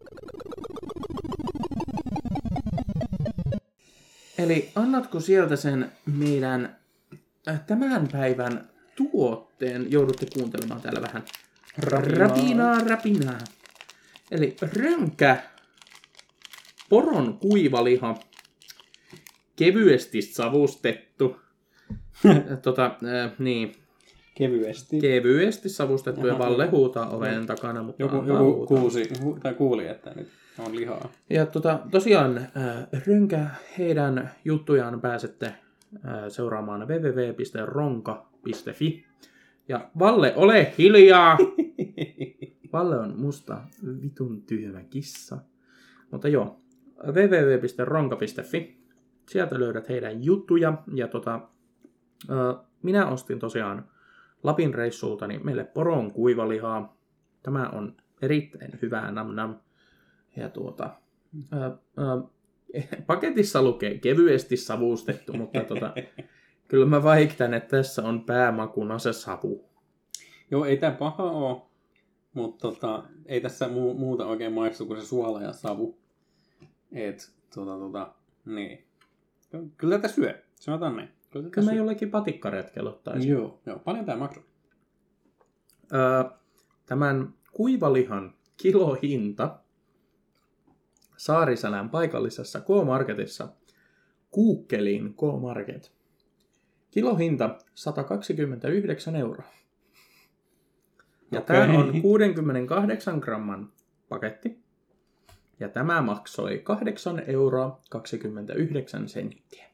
Eli annatko sieltä sen meidän äh, tämän päivän tuotteen, joudutte kuuntelemaan täällä vähän Rapinaa. rapinaa, rapinaa. Eli rönkä, poron kuivaliha, kevyesti savustettu, tota, äh, niin, Kevyesti. kevyesti savustettu ja Jaha. Valle huutaa oven takana, mutta Joku, antaa joku huutaa. kuusi, hu, tai kuuli, että nyt on lihaa. Ja tota, tosiaan äh, rönkä heidän juttujaan pääsette äh, seuraamaan double-u double-u double-u piste ronka piste fi. Ja Valle, ole hiljaa! Valle on musta vitun tyhmä kissa. Mutta joo, double-u double-u double-u piste ronka piste fi. Sieltä löydät heidän juttuja. Ja tota, äh, minä ostin tosiaan Lapin reissultani meille poron kuivalihaa. Tämä on erittäin hyvää nam nam. Ja tuota, ää, ää, paketissa lukee kevyesti savustettu, mutta tota, kyllä mä väitän, että tässä on päämakuna se savu. Joo, ei tää paha oo, mutta tota, ei tässä muu, muuta oikein maistu kuin se suola ja savu. Et, tota, tota, niin. Kyllä tätä syö, sanotaan näin. Kyllä, Kyllä mä syö. jollekin patikkaretkellä ottaisin. Joo, joo. Paljon tää maksoi? Öö, tämän kuivalihan kilohinta Saariselän paikallisessa K-Marketissa, Kuukkelin K-Market. Kilohinta sata kaksikymmentäyhdeksän euroa. Ja Okei. tämä on kuusikymmentäkahdeksan gramman paketti. Ja tämä maksoi kahdeksan euroa kaksikymmentäyhdeksän senttiä.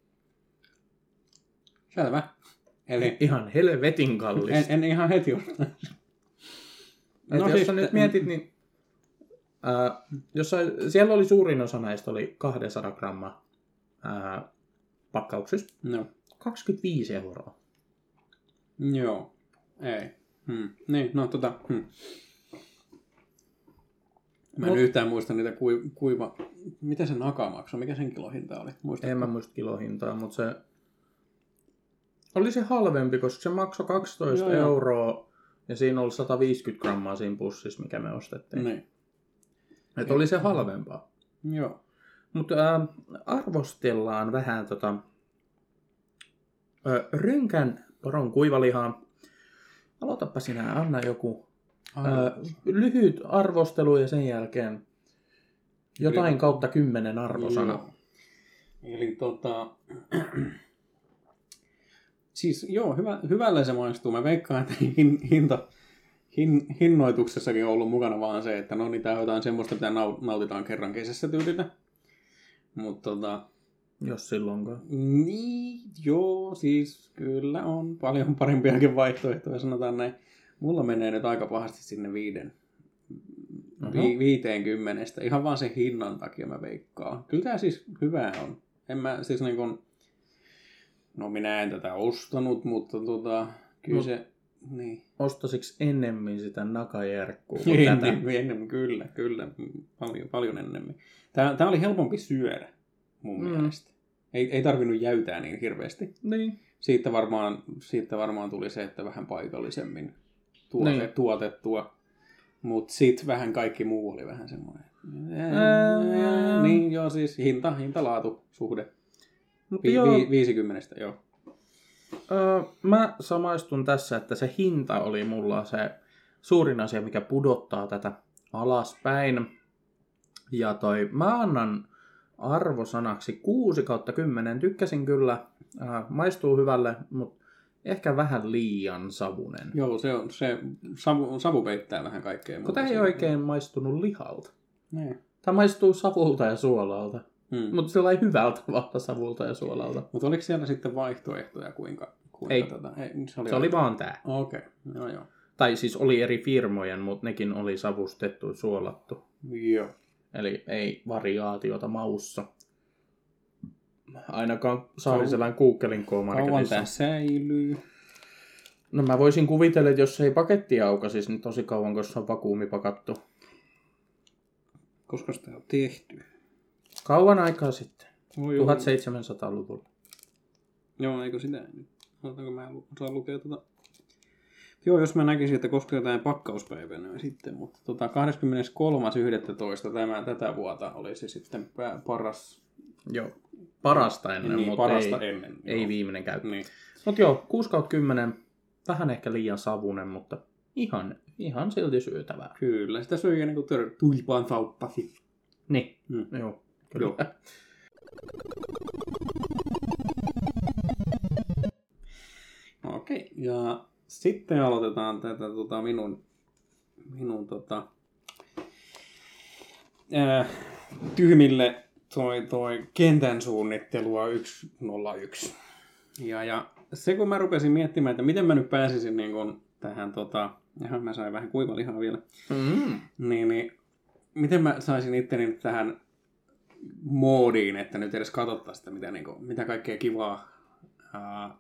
Selvä. Eli Ihan helvetin kallista. en, en ihan heti ottaa. No, jos siis sä nyt te- mietit, niin ää, jos sä, siellä oli suurin osa näistä oli kaksisataa grammaa ää, pakkauksissa. No. kaksikymmentäviisi euroa. Joo. Ei. Hmm. Niin, no tota... Hmm. Mä en no. yhtään muista niitä kui, kuiva... Mitä se naka maksoi? Mikä sen kilohinta oli? Muistatko? En mä muista kilohintaa, mutta se... Oli se halvempi, koska se maksoi kaksitoista Joo, euroa ja siinä oli sata viisikymmentä grammaa siinä pussissa, mikä me ostettiin. Niin. Että oli se halvempaa. Joo. Mutta äh, arvostellaan vähän tota... Äh, Rönkän poron kuivalihaa. Aloitapa sinä, anna joku äh, lyhyt arvostelu ja sen jälkeen jotain Eli... kautta kymmenen arvosana. Joo. Eli tota... Siis joo, hyvä, hyvälle se maistuu. Mä veikkaan, että hin, hinta, hin, hinnoituksessakin on ollut mukana vaan se, että no niin, tää on jotain semmoista, mitä nautitaan kerran kesässä tyylillä. Mutta tota... Jos silloinkaan. Niin, joo, siis kyllä on paljon parempiakin vaihtoehtoja, sanotaan näin. Mulla menee nyt aika pahasti sinne viiden, vi, viiteenkymmenestä, ihan vaan sen hinnan takia mä veikkaan. Kyllä tää siis hyvää on. En mä siis niin kun... No minä en tätä ostanut, mutta tota, kyllä Mut se... Niin. Ostasiks ennemmin sitä nakajärkkuu? Ennemmin, ennemmin, kyllä, kyllä. Paljon, paljon ennemmin. Tää, tää oli helpompi syödä mun mm. mielestä. Ei, ei tarvinnut jäytää niin hirveästi. Niin. Siitä varmaan, siitä varmaan tuli se, että vähän paikallisemmin tuote, niin. tuotettua. Mutta sitten vähän kaikki muu oli vähän semmoinen. Ää... Niin joo, siis hinta, hinta-laatu suhde. Vi- joo. Vi- viisikymmentä, joo. Öö, mä samaistun tässä, että se hinta oli mulla se suurin asia, mikä pudottaa tätä alaspäin. Ja toi, mä annan arvosanaksi kuusi kautta kymmenen. Tykkäsin kyllä, äh, maistuu hyvälle, mutta ehkä vähän liian savunen. Joo, se on se savu, savu peittää vähän kaikkea. Kun tää ei oikein maistunut lihalta. Ne. Tää maistuu savulta ja suolalta. Hmm. Mutta sillä ei hyvältä tavalla savulta ja suolalta. Mutta oliko siellä sitten vaihtoehtoja kuinka? kuinka ei. Tätä? ei se oli, se oli vaan tää. Okei, okay. Joo joo. Tai siis oli eri firmojen, mutta nekin oli savustettu suolattu. Joo. Eli ei variaatiota maussa. Ainakaan Saariselän Googlen K-Marketissa. Kauan tää säilyy. No mä voisin kuvitella, että jos se ei paketti aukaisisi, niin tosi kauan, kun se on vakuumipakattu. Koska sitä on tehty? Kauan aikaa sitten. Oh, tuhatseitsemänsataaluvulla. Joo, eikö sitä nyt? Otanko mä osaan lukea tuota... Joo, jos mä näkisin, että koska jotain pakkauspäivänä niin sitten, mutta tota kahdeskymmeneskolmas yhdestoista tämä tätä vuotta olisi sitten paras... Joo, parasta ennen, niin, mutta parasta ei, ennen, ei joo. viimeinen käyttö. Niin. Mutta joo, kuusi kautta kymmenen, vähän ehkä liian savunen, mutta ihan, ihan silti syötävää. Kyllä, sitä syö niin kuin tulipaan fauppasi. Niin, mm. joo. Kyllä. Joo. Okei, ja sitten aloitetaan tätä tota, minun, minun tota, ää, tyhmille toi, toi kentän suunnittelua yksi nolla yksi. Ja, ja se kun mä rupesin miettimään, että miten mä nyt pääsisin niin kun tähän, tota, ihan mä sain vähän kuivalihaa vielä, mm. niin, niin miten mä saisin itteni tähän moodiin, että nyt edes katsottaisiin sitä, mitä, niin kuin, mitä kaikkea kivaa ää,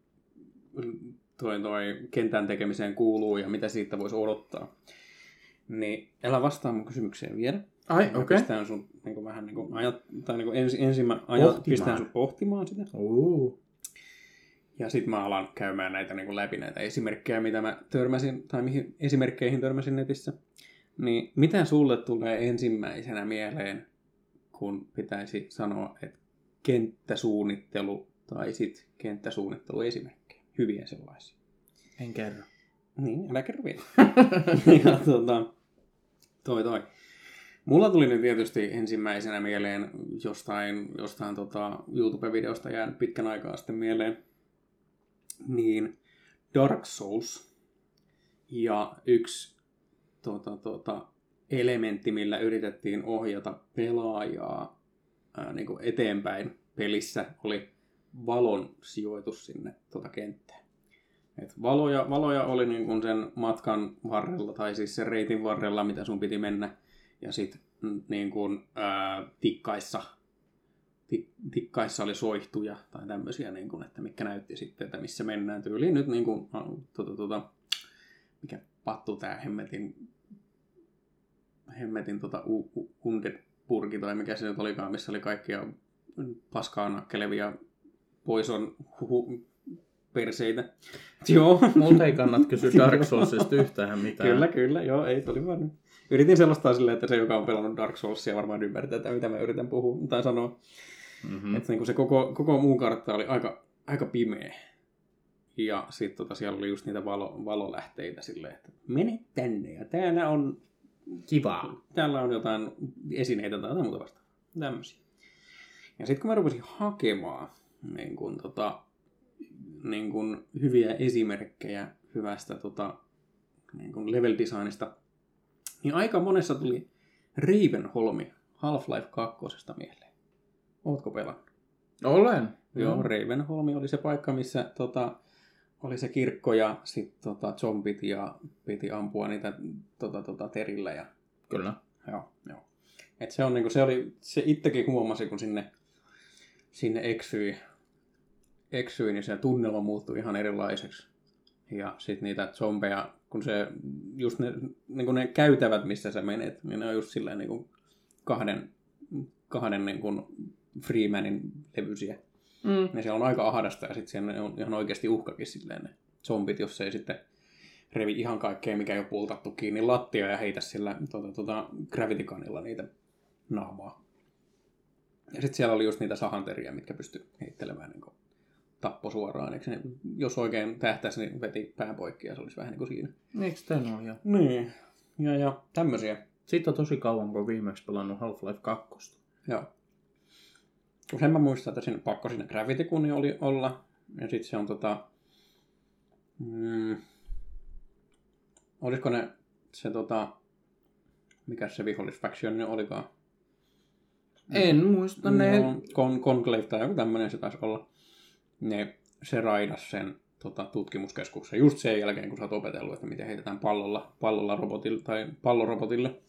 toi, toi kentän tekemiseen kuuluu ja mitä siitä voisi odottaa. Niin älä vastaa mun kysymykseen vielä. Ai, okei. Okay. Pistään sun niin kuin, vähän niin kuin, ajat, tai niin kuin ensi, ensin mä ajat, pistään sun pohtimaan sitä. Uh. Ja sit mä alan käymään näitä niin kuin läpi näitä esimerkkejä, mitä mä törmäsin, tai mihin esimerkkeihin törmäsin netissä. Niin mitä sulle tulee ensimmäisenä mieleen, kun pitäisi sanoa, että kenttäsuunnittelu tai sit kenttäsuunnitteluesimerkkejä? Hyviä sellaisia. En kerro. Niin, älä kerro vielä. ja tota, toi toi. Mulla tuli nyt tietysti ensimmäisenä mieleen jostain, jostain tota YouTube-videosta jäänyt pitkän aikaa sitten mieleen. Niin Dark Souls. Ja yksi tota, tota, elementti, millä yritettiin ohjata pelaajaa ää, niin kuin eteenpäin pelissä, oli valon sijoitus sinne tota kenttään. Et valoja, valoja oli niin kuin sen matkan varrella, tai siis sen reitin varrella, mitä sun piti mennä. Ja sitten niin kuin ää, tikkaissa tik- tikkaissa oli soihtuja tai tämmöisiä, niin kuin, että mikä näytti sitten, että missä mennään tyyliin nyt niin kuin, tuota, tuota, mikä pattu tää hemmetin hemmetin tota u- u- Underburgi tai mikä se nyt olikaan, missä oli kaikkia paskaa nakkelevia poison huhu perseitä. Joo. Multa ei kannata kysyä Dark Soulsista yhtään mitään. Kyllä, kyllä, joo, ei tuli vaan. Yritin selostaa silleen, että se, joka on pelannut Dark Soulsia, varmaan ymmärtää, että mitä mä yritän puhua tai sanoa. Mm-hmm. Että niin se koko, koko muu kartta oli aika, aika pimeä. Ja sitten tota, siellä oli just niitä valo, valolähteitä silleen, että mene tänne ja täällä on kivaa. Täällä on jotain esineitä tai jotain muuta vastaan. Tämmöisiä. Ja sitten kun mä rupesin hakemaan niin kun, tota, niin kun hyviä esimerkkejä hyvästä tota, niin kun level designista, niin aika monessa tuli Ravenholmi Half-Life kaksi mieleen. Ootko pelannut? Olen. Joo, mm. Ravenholmi oli se paikka, missä tota, oli se kirkko ja sitten tota, zombit ja piti ampua niitä tota, tota, terillä. Ja... Kyllä. Joo, joo. Et se, on, niinku, se, oli, se itsekin huomasi, kun sinne, sinne eksyi, eksyi, niin se tunnelma muuttui ihan erilaiseksi. Ja sitten niitä zombeja, kun se, just ne, niin ne käytävät, missä sä menet, niin ne on just silleen niin kuin kahden, kahden niin kuin Freemanin levyisiä. Mm. Ja se on aika ahdasta ja sitten siellä on ihan oikeasti uhkakin silleen ne zombit, jos ei sitten revi ihan kaikkea, mikä ei ole pultattu kiinni lattia ja heitä sillä tuota, tuota, gravity-gunilla niitä naamaa. Ja sitten siellä oli just niitä sahanteriä, mitkä pystyi heittelemään niin kuin tappo suoraan. Eikö ne, jos oikein tähtäisi, niin veti pään poikki ja se olisi vähän niin kuin siinä. Eikö tämän ole jo? Niin. Ja, ja tämmöisiä. Siitä on tosi kauan, kun viimeksi pelannut Half-Life kaksi. Joo. Kun sen mä muistan, että siinä pakko siinä Gravity-kuni oli olla. Ja sitten se on tota... Mm, olisiko ne se tota... Mikä se vihollisfaction olikaan? En muista ne. No, Con- Conclave tai joku tämmöinen se taisi olla. Ne, se raidas sen tota, tutkimuskeskuksen just sen jälkeen, kun sä oot opetellut, että miten heitetään pallolla, pallolla robotille tai pallorobotille.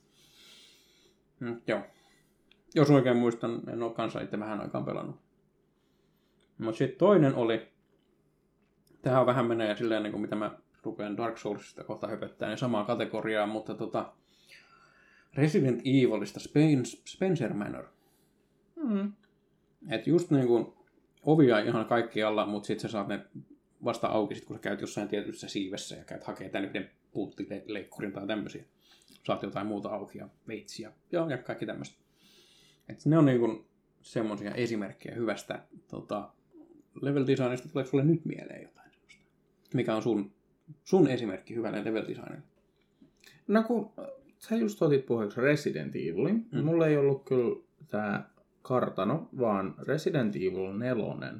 Mm, joo. Jos oikein muistan, en ole kanssa itse vähän aikaan pelannut. Mutta sitten toinen oli, tähän vähän menee silleen, niin kuin mitä mä rupean Dark Soulsista kohta höpöttää, niin samaa kategoriaa, mutta tota, Resident Evilista Spencer Manor. Mm. Et just niin kuin ovia ihan kaikkialla, mutta sitten sä saat ne vasta auki, sit kun sä käyt jossain tietyssä siivessä ja käyt hakee tämän yhden pulttileikkurin tai tämmöisiä. Saat jotain muuta auki ja veitsiä ja, ja kaikki tämmöistä. Et ne on niinku semmoisia esimerkkejä hyvästä tota, level designista. Tuleeko sulle nyt mieleen jotain semmoista? Mikä on sun, sun esimerkki hyvälle level designille? No kun sä just otit puheeksi Resident Evilin. Mm. Mulla ei ollut kyllä tää kartano, vaan Resident Evil neljä.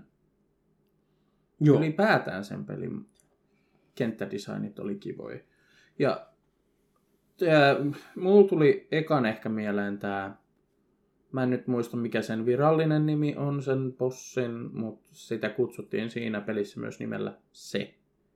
Joo. Ylipäätään sen pelin kenttädesignit oli kivoja. Ja tää, mulla tuli ekan ehkä mieleen tää, mä en nyt muista mikä sen virallinen nimi on sen bossin, mutta sitä kutsuttiin siinä pelissä myös nimellä se.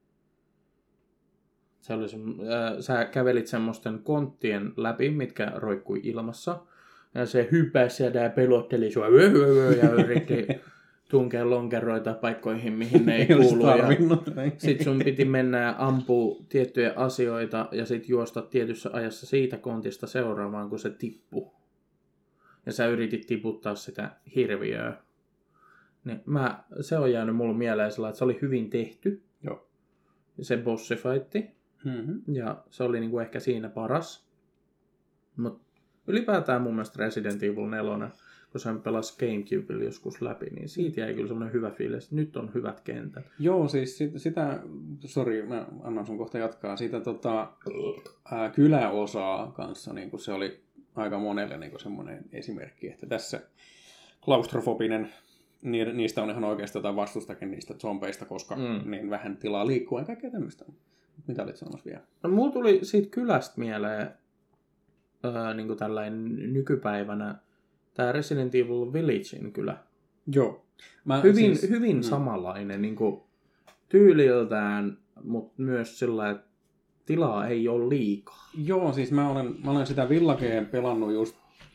Se oli se, äh, sä kävelit semmoisten konttien läpi, mitkä roikkui ilmassa. Ja se hypäsi ja pelotteli sua ja yritti tunkea lonkeroita paikkoihin, mihin ne ei kuulu. Sitten sun piti mennä ja ampua tiettyjä asioita ja sitten juosta tietyssä ajassa siitä kontista seuraavaan, kun se tippui. Ja sä yritit tiputtaa sitä hirviöä. Niin mä, se on jäänyt mulle mieleen sillä, että se oli hyvin tehty. Joo. Se bossifightti. Mm-hmm. Ja se oli niinku ehkä siinä paras. Mutta ylipäätään mun mielestä Resident Evil neljä, kun sen pelasi GameCubella joskus läpi, niin siitä jäi kyllä semmoinen hyvä fiilis. Nyt on hyvät kentät. Joo, siis sitä, sitä sori, mä annan sun kohta jatkaa. Siitä tota, ää, kyläosaa kanssa, niin se oli aika monelle niin semmoinen esimerkki, että tässä klaustrofobinen, niin, niistä on ihan oikeasti jotain vastustakin niistä zombeista, koska mm. niin vähän tilaa liikkuu ja kaikkea tämmöistä. Mitä olit sanomassa vielä? No, mulla tuli siitä kylästä mieleen öö, niin kuin tällainen nykypäivänä tämä Resident Evil Villagein kylä. Joo. Mä, hyvin siis, hyvin mm. samanlainen niin kuin tyyliltään, mutta myös sillä, että tilaa ei ole liikaa. Joo, siis mä olen, mä olen sitä Villageen pelannut just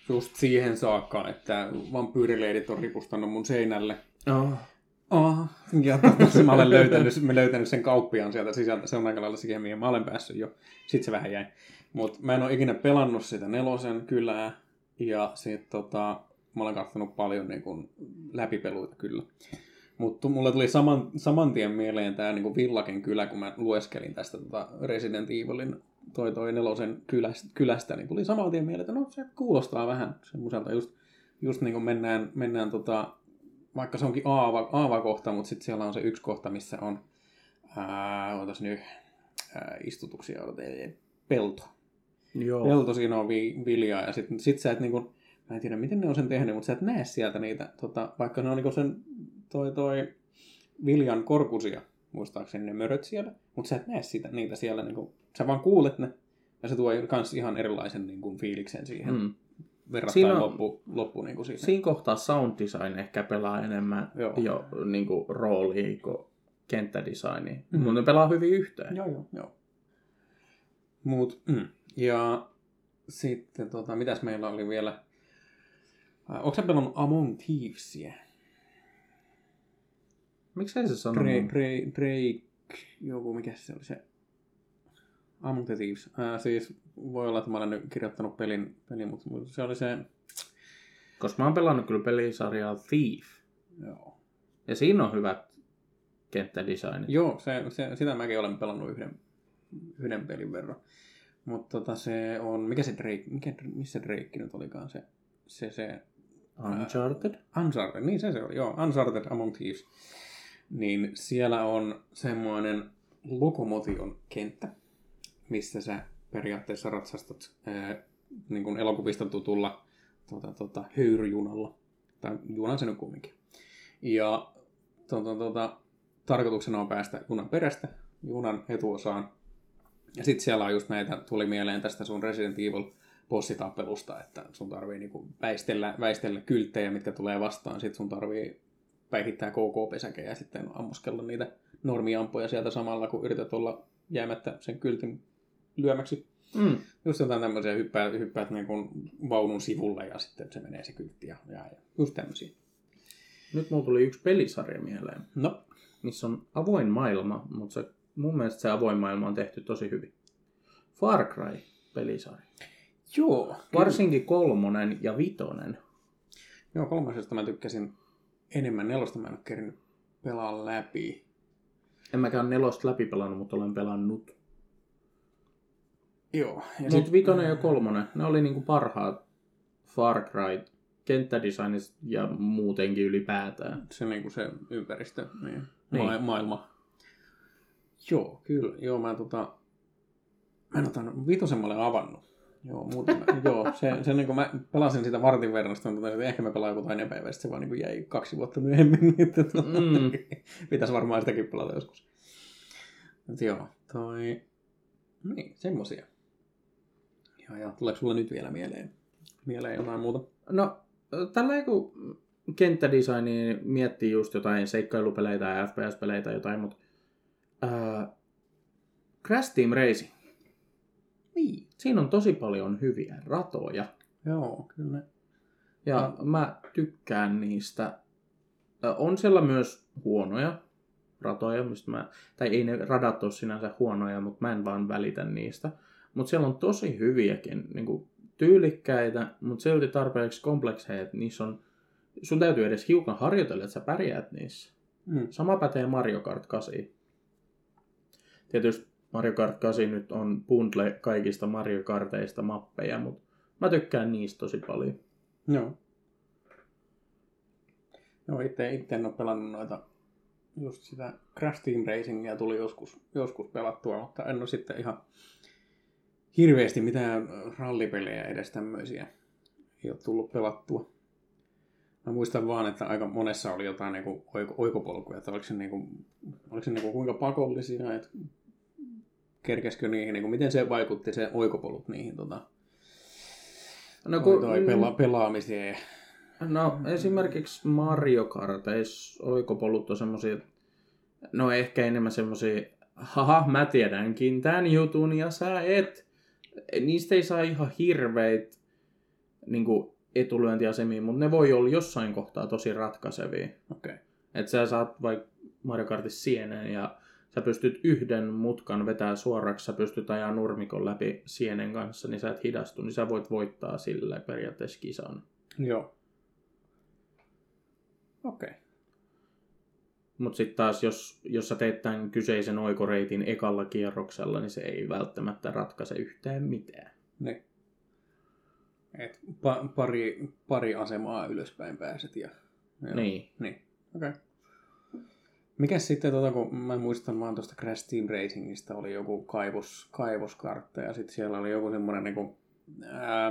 just siihen saakka, että vampyyrileidit on ripustanut mun seinälle. Oh. Oh. Ja totta, mä olen löytänyt, mä löytänyt sen kauppiaan sieltä sisältä. Se on aika lailla siihen, mihin mä olen päässyt jo. Sitten se vähän jäi. Mutta mä en ole ikinä pelannut sitä nelosen kylää. Ja sit tota, mä olen katsonut paljon niin kun, läpipeluita kyllä. Mutta mulle tuli saman, saman tien mieleen tää niin kun Villaken kylä, kun mä lueskelin tästä tota Resident Evilin toi, toi nelosen kylästä, kylästä, niin tuli saman tien mieleen, että no se kuulostaa vähän semmoiselta. Just, just niin kuin mennään, mennään tota, vaikka se onkin aava, aava-kohta, mutta sitten siellä on se yksi kohta, missä on ää, ootas nyt, ää, istutuksia, odotetaan, pelto. Joo. Pelto, siinä on vi, viljaa, ja sitten sit sä et niinku, mä en tiedä miten ne on sen tehnyt, mutta sä et näe sieltä niitä, tota, vaikka ne on niinku sen toi, toi viljan korkusia, muistaakseni ne möröt siellä, mutta sä et näe sitä, niitä siellä, niinku, sä vaan kuulet ne, ja se tuo kans ihan erilaisen niinku, fiiliksen siihen. Mm. Verrattain on, loppu, loppu niin kuin siinä. Siinä kohtaa sound design ehkä pelaa enemmän joo. jo niin kuin roolia kuin kenttädesignia. Mm-hmm. Mutta ne pelaa hyvin yhteen. Joo, joo, joo. Mut, mm. Ja sitten, tota, mitäs meillä oli vielä? Äh, Onko sä pelannut Among Thievesia? Miksei se sano? Drake, Drake, Drake, joku, mikä se oli se? Among the Thieves. Äh, siis voi olla, että mä olen nyt kirjoittanut pelin, pelin mutta se oli se... Koska mä oon pelannut kyllä pelisarjaa Thief. Joo. Ja siinä on hyvät kenttädesignit. Joo, se, se, sitä mäkin olen pelannut yhden, yhden pelin verran. Mutta tota se on... Mikä se Drake... Mikä, missä Drake nyt olikaan se... se, se Uncharted? Ää, Uncharted, niin se se oli. Joo, Uncharted Among Thieves. Niin siellä on semmoinen lokomotion kenttä, missä sä periaatteessa ratsastat ää, niin kuin elokuvista tutulla tota, tota, höyryjunalla. Tai junan se nyt kumminkin. Ja tota, tota, tarkoituksena on päästä junan perästä, junan etuosaan. Ja sitten siellä on just näitä, tuli mieleen tästä sun Resident Evil bossitappelusta, että sun tarvii niinku väistellä, väistellä kylttejä, mitkä tulee vastaan. Sitten sun tarvii päihittää K K-pesäkejä ja sitten ammuskella niitä normiampoja sieltä samalla, kun yrität olla jäämättä sen kyltin lyömäksi. Mm. Just jotain tämmöisiä, hyppäät, hyppäät niin kuin vaunun sivulle ja sitten se menee se kyltti ja, ja just tämmöisiä. Nyt mulla tuli yksi pelisarja mieleen. No. Missä on avoin maailma, mutta se, mun mielestä se avoin maailma on tehty tosi hyvin. Far Cry-pelisarja. Joo. Varsinkin kolmonen ja vitonen. Joo, kolmosesta mä tykkäsin enemmän. Nelosta mä en ole kerinyt pelaa läpi. En mäkään nelosta läpi pelannut, mutta olen pelannut. Joo. Mutta sit... vitonen ja kolmonen, ne oli niinku parhaat Far Cry kenttädesignit ja muutenkin ylipäätään. Se niinku se ympäristö, niin. Niin. Ma- maailma. Joo, kyllä. Joo, mä tota... Mä en otan vitosen mä olen avannut. Joo, muuten, joo, se, se niin kuin mä pelasin sitä vartin verran, sitten että ehkä mä pelaan joku toinen päivä, sitten se vaan niin kuin jäi kaksi vuotta myöhemmin. Mm. Pitäisi varmaan sitäkin pelata joskus. Mutta joo, toi... Niin, semmosia. Joo, joo. Tuleeko sulla nyt vielä mieleen, mieleen jotain muuta? No, tällä kun kenttädesignia miettii just jotain seikkailupeleitä ja F P S-peleitä jotain, mutta... Uh, Crash Team Racing. Niin. Siinä on tosi paljon hyviä ratoja. Joo, kyllä. Ja no. Mä tykkään niistä. On siellä myös huonoja ratoja, mistä mä, tai ei ne radat ole sinänsä huonoja, mutta mä en vaan välitä niistä. Mutta siellä on tosi hyviäkin, niin kuin tyylikkäitä, mutta silti tarpeeksi komplekseja, että niissä on, sun täytyy edes hiukan harjoitella, että sä pärjäät niissä. Mm. Sama pätee Mario Kart kahdeksan. Tietysti Mario Kart kahdeksan nyt on bundle kaikista Mario Karteista mappeja, mutta mä tykkään niistä tosi paljon. Joo. Joo, itse, itse en ole pelannut noita, just sitä Crash Team Racingia tuli joskus, joskus pelattua, mutta en ole sitten ihan hirveästi mitään rallipelejä edes tämmöisiä ei ole tullut pelattua. Mä muistan vaan, että aika monessa oli jotain niinku oiko, oikopolkuja, että oliko se, niinku, oliko se niinku kuinka pakollisia, että kerkeskö niihin, niinku, miten se vaikutti se oikopolut niihin tota, no, kun, toi pela, pelaamiseen. No esimerkiksi Mario Karteissa oikopolut on semmosia, no ehkä enemmän semmosia, haha mä tiedänkin tän jutun ja sä et. Niistä ei saa ihan hirveitä niinku etulyöntiasemiin, mutta ne voi olla jossain kohtaa tosi ratkaisevia. Okay. Että sä saat vaikka Mario Kartissa sienen ja sä pystyt yhden mutkan vetää suoraksi, sä pystyt ajaa nurmikon läpi sienen kanssa, niin sä et hidastu, niin sä voit voittaa sillä periaatteessa kisan. Joo. Okei. Okay. Mutta sitten taas, jos, jos sä teet tämän kyseisen oikoreitin ekalla kierroksella, niin se ei välttämättä ratkaise yhtään mitään. Niin. Et pa- pari, pari asemaa ylöspäin pääset ja... ja niin. Niin, okei. Okay. Mikäs sitten, tota, kun mä muistan vaan tuosta Crash Team Racingista, oli joku kaivos, kaivoskartta ja sitten siellä oli joku semmoinen niinku, ää,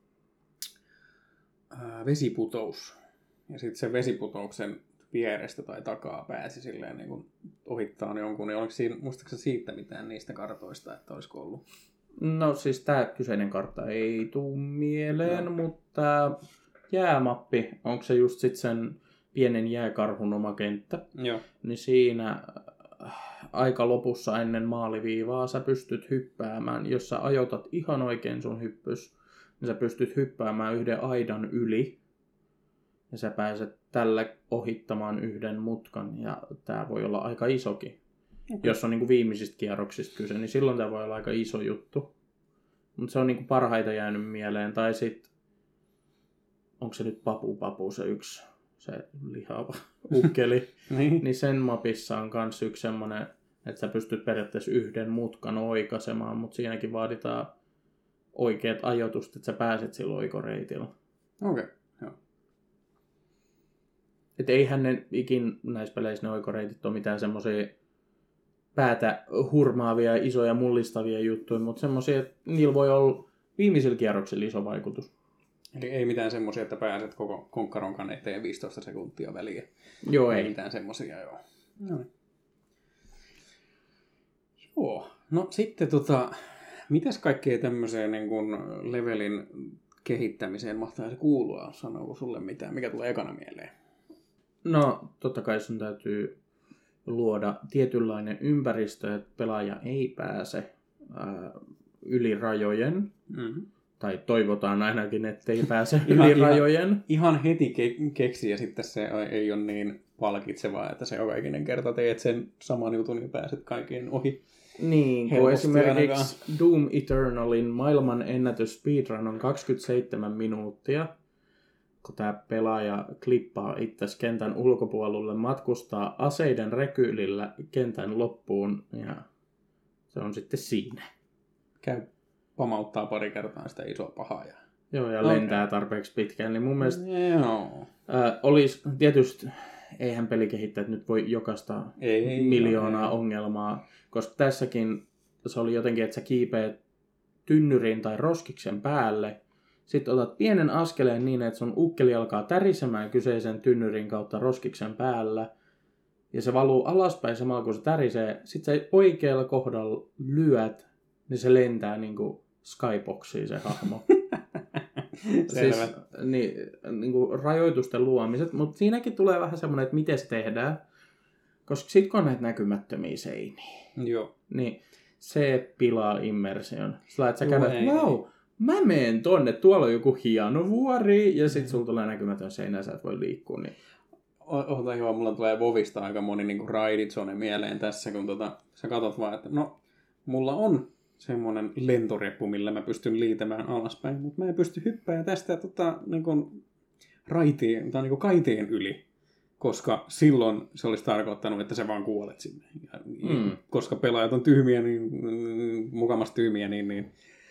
ää, vesiputous. Ja sitten sen vesiputouksen vierestä tai takaa pääsi silleen niin kuin ohittaa jonkun. Niin oliko siinä, muistatko siitä mitään niistä kartoista, että olisiko ollut? No siis tämä kyseinen kartta ei tule mieleen, no. Mutta jäämappi, onko se just sitten sen pienen jääkarhun oma kenttä? Joo. Niin siinä aika lopussa ennen maaliviivaa sä pystyt hyppäämään, jos sä ajoitat ihan oikein sun hyppys, niin sä pystyt hyppäämään yhden aidan yli. Ja sä pääset tällä ohittamaan yhden mutkan, ja tää voi olla aika isokin. Okay. Jos on niinku viimeisistä kierroksista kyse, niin silloin tää voi olla aika iso juttu. Mutta se on niinku parhaita jäänyt mieleen. Tai sit, onko se nyt Papu Papu se yksi, se lihava ukkeli. niin. Niin sen mapissa on kans yksi semmonen, että sä pystyt periaatteessa yhden mutkan oikaisemaan, mutta siinäkin vaaditaan oikeat ajoitust, että sä pääset sillä oikoreitillä. Okei. Okay. Että eihän ne ikin näissä peleissä ne oikoreitit ole mitään semmoisia päätä hurmaavia, isoja, mullistavia juttuja, mutta semmoisia, että niillä voi olla viimeisillä kierroksilla iso vaikutus. Eli ei mitään semmoisia, että pääset koko konkkaronkan eteen viisitoista sekuntia väliä. Joo, ei. ei. Ei mitään semmoisia, joo. No. Joo. No sitten tota, mitäs kaikkea tämmöiseen niin kuin levelin kehittämiseen mahtaisi kuulua? Sanooko sulle mitään? Mikä tulee ekana mieleen? No, totta kai sun täytyy luoda tietynlainen ympäristö, että pelaaja ei pääse ää, yli rajojen. Mm-hmm. Tai toivotaan ainakin, ettei pääse yli ihan, rajojen. Ihan, ihan heti ke- keksi ja sitten se ei ole niin palkitsevaa, että se joka ikinen kerta teet sen saman jutun ja pääset kaikkien ohi. Niin, kun esimerkiksi ainakaan. Doom Eternalin maailman ennätys speedrun on kaksikymmentäseitsemän minuuttia. Kun tämä pelaaja klippaa itsesi kentän ulkopuolelle, matkustaa aseiden rekyylillä kentän loppuun ja se on sitten siinä. Käy pamauttaa pari kertaa sitä isoa pahaa. Ja... Joo, ja okay. Lentää tarpeeksi pitkään. Niin mun mielestä Joo. Ää, olisi tietysti, eihän pelikehittäjät nyt voi jokaista ei, miljoonaa ei. ongelmaa, koska tässäkin se oli jotenkin, että sä kiipeät tynnyrin tai roskiksen päälle, sitten otat pienen askeleen niin, että sun ukkeli alkaa tärisemään kyseisen tynnyrin kautta roskiksen päällä, ja se valuu alaspäin samalla kun se tärisee. Sitten sä oikealla kohdalla lyöt, niin se lentää niin kuin skyboxiin se hahmo. siis, niin, niin kuin rajoitusten luomiset, mutta siinäkin tulee vähän semmoinen, että miten se tehdään. Koska sit kun on näitä näkymättömiä seiniä, Joo. niin se pilaa immersion. Sillä että sä käydät, vau, mä menen tonne, tuolla on joku hieno vuori, ja sit sulla tulee näkymätön seinä, sä et voi liikkua. Niin... Ota hyvä, mulla tulee Vovista aika moni niin raiditsone mieleen tässä, kun tota, sä katsot vaan, että no, mulla on semmoinen lentoreppu, millä mä pystyn liitämään alaspäin, mutta mä en pysty hyppäämään tästä tota, niin kuin raitiin, tai niin kuin kaiteen yli, koska silloin se olisi tarkoittanut, että sä vaan kuolet sinne. Ja, mm. Koska pelaajat on tyhmiä, niin mukamassa tyhmiä, niin, niin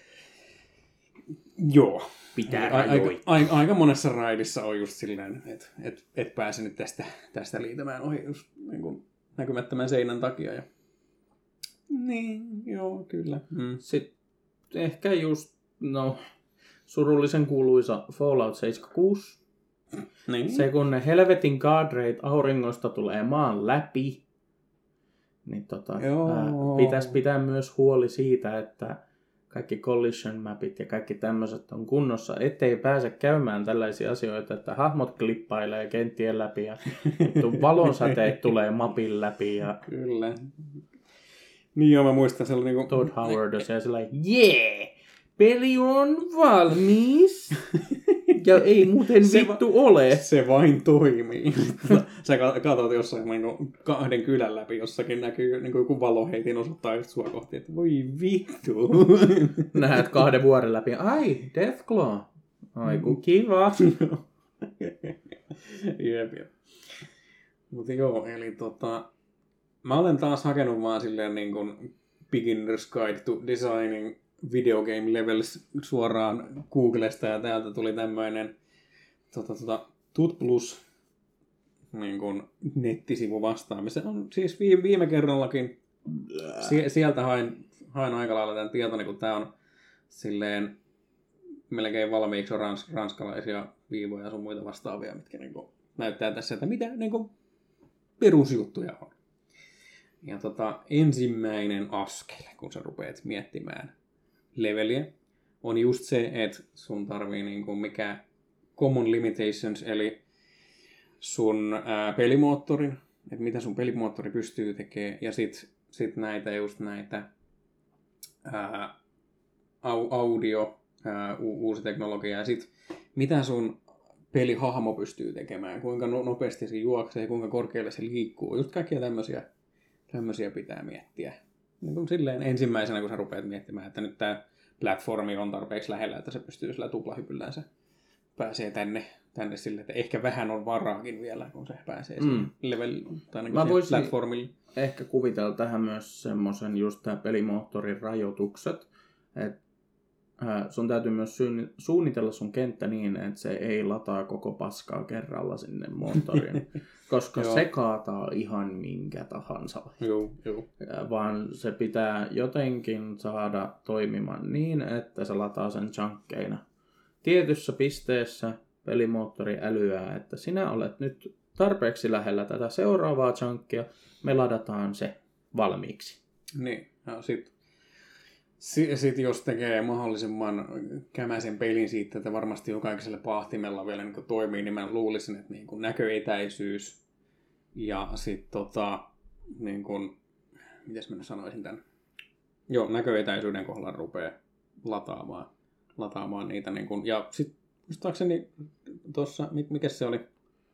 joo. Pitää a- aika, aika, aika monessa raidissa on just silleen, että et, et pääse nyt tästä, tästä liitämään ohi just niin kuin näkymättömän seinän takia. Ja... Niin, joo, kyllä. Mm. Sitten ehkä just, no, surullisen kuuluisa Fallout seitsemänkymmentäkuusi. Niin. Se, kun ne helvetin guardrate auringosta tulee maan läpi, niin tota, ää, pitäisi pitää myös huoli siitä, että kaikki collision mapit ja kaikki tämmöiset on kunnossa, ettei pääse käymään tällaisia asioita, että hahmot klippailee kenttien läpi ja valonsäteet tulee mapin läpi. Ja... Kyllä. Niin joo, mä muistan sellainen niin kuin... Todd Howard on siellä sellainen, jee, peli on valmis. Ja ei muuten se vittu va- ole. Se vain toimii. Sä katsot jossain niin kahden kylän läpi, jossakin näkyy niin joku valoheitin osoittaa just sua kohti, että voi vittu. Näet kahden vuoren läpi. Ai, Deathclaw. Ai, kun kiva. Jep, jep. Mutta joo, eli tota... Mä olen taas hakenut vaan silleen niin kuin Beginner's Guide to Designing Video Game Levels suoraan Googlesta, ja täältä tuli tämmöinen tota, tota, Tut Plus niin kuin nettisivu vastaan. Se on siis viime, viime kerrallakin, sie, sieltä hain, hain aika lailla tämän tietoni, kun tää on silleen melkein valmiiksi on rans, ranskalaisia viivoja ja sun muita vastaavia, mitkä niin kuin näyttää tässä, että mitä niin kuin perusjuttuja on. Ja tota, ensimmäinen askel, kun sä rupeat miettimään leveliä, on just se, että sun tarvii niinku mikä common limitations, eli sun ää, pelimoottorin, että mitä sun pelimoottori pystyy tekemään, ja sit, sit näitä just näitä ää, audio, ää, u- uusi teknologia, ja sit mitä sun pelihahmo pystyy tekemään, kuinka no- nopeasti se juoksee, kuinka korkealle se liikkuu, just kaikkia tämmöisiä. Tämmöisiä pitää miettiä. Niin kuin silleen ensimmäisenä, kun sä rupeat miettimään, että nyt tää platformi on tarpeeksi lähellä, että se pystyy sillä tuplahypyllään se pääsee tänne, tänne sille, että ehkä vähän on varaakin vielä, kun se pääsee mm. siihen level, tai niin kuin platformille. Ehkä kuvitella tähän myös semmoisen just tää pelimoottorin rajoitukset, että sun täytyy myös suunnitella sun kenttä niin, että se ei lataa koko paskaa kerralla sinne moottoriin, koska se kaataa ihan minkä tahansa. Joo, joo. Vaan se pitää jotenkin saada toimimaan niin, että se lataa sen chunkkeina. Tietyssä pisteessä pelimoottori älyää, että sinä olet nyt tarpeeksi lähellä tätä seuraavaa chunkia, me ladataan se valmiiksi. Niin, ja sitten Sitten jos tekee mahdollisimman kämäisen pelin siitä, että varmasti jokaisella paahtimella vielä niin toimii, niin mä luulisin, että niin näköetäisyys ja sitten tota, niin kuin, mitäs mä nyt sanoisin tämän? Joo, näköetäisyyden kohdalla rupeaa lataamaan, lataamaan niitä. Niin kuin, ja sitten muistaakseni tuossa, mikä se oli?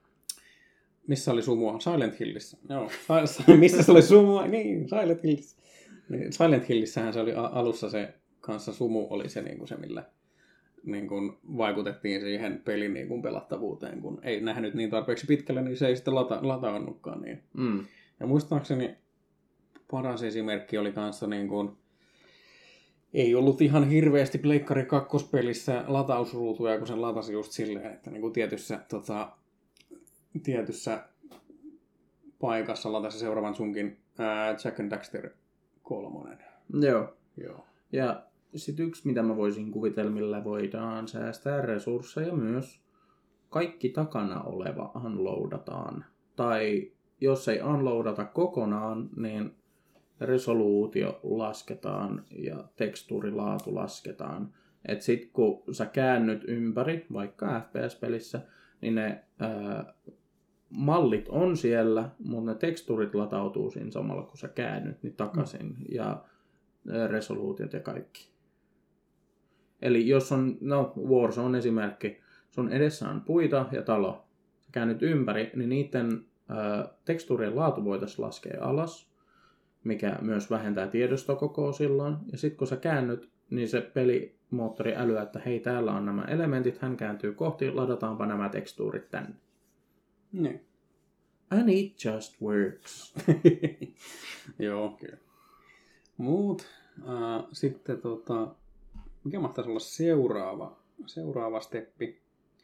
Missä oli sumua? Silent Hillissä. Joo, missä se oli sumua? Niin, Silent Hillissä. Silent Hillissähän se oli alussa se kanssa sumu oli se, niin kuin se millä niin kuin vaikutettiin siihen pelin niin kuin pelattavuuteen, kun ei nähnyt niin tarpeeksi pitkälle, niin se ei sitten lata, lataannutkaan niin. Mm. Ja muistaakseni paras esimerkki oli kanssa niin kuin, ei ollut ihan hirveästi Pleikkari kakkospelissä latausruutuja, kun sen latasi just silleen, että niin kuin tietyssä, tota, tietyssä paikassa latasi seuraavan sunkin ää, Jack and Daxter kolmonen. Joo. Joo. Ja sitten yksi, mitä mä voisin kuvitella, millä voidaan säästää resursseja myös, kaikki takana oleva unloadataan. Tai jos ei unloadata kokonaan, niin resoluutio lasketaan ja tekstuurilaatu lasketaan. Et sit kun sä käännyt ympäri, vaikka F P S-pelissä, niin ne ää, mallit on siellä, mutta ne tekstuurit latautuu siinä samalla, kun sä käännyt niin takaisin. Mm. Ja resoluutiot ja kaikki. Eli jos on, no Warzone on esimerkki, sun edessä on puita ja talo. Sä käännyt ympäri, niin niiden ää, tekstuurien laatu voitaisiin laskea alas, mikä myös vähentää tiedostokokoa silloin. Ja sitten kun sä käännyt, niin se pelimoottori älyää, että hei, täällä on nämä elementit, hän kääntyy kohti, ladataanpa nämä tekstuurit tänne. Niin. And it just works. Joo, kyllä. Muut. Äh, sitten tota, mikä mahtaisi olla seuraava, seuraava steppi?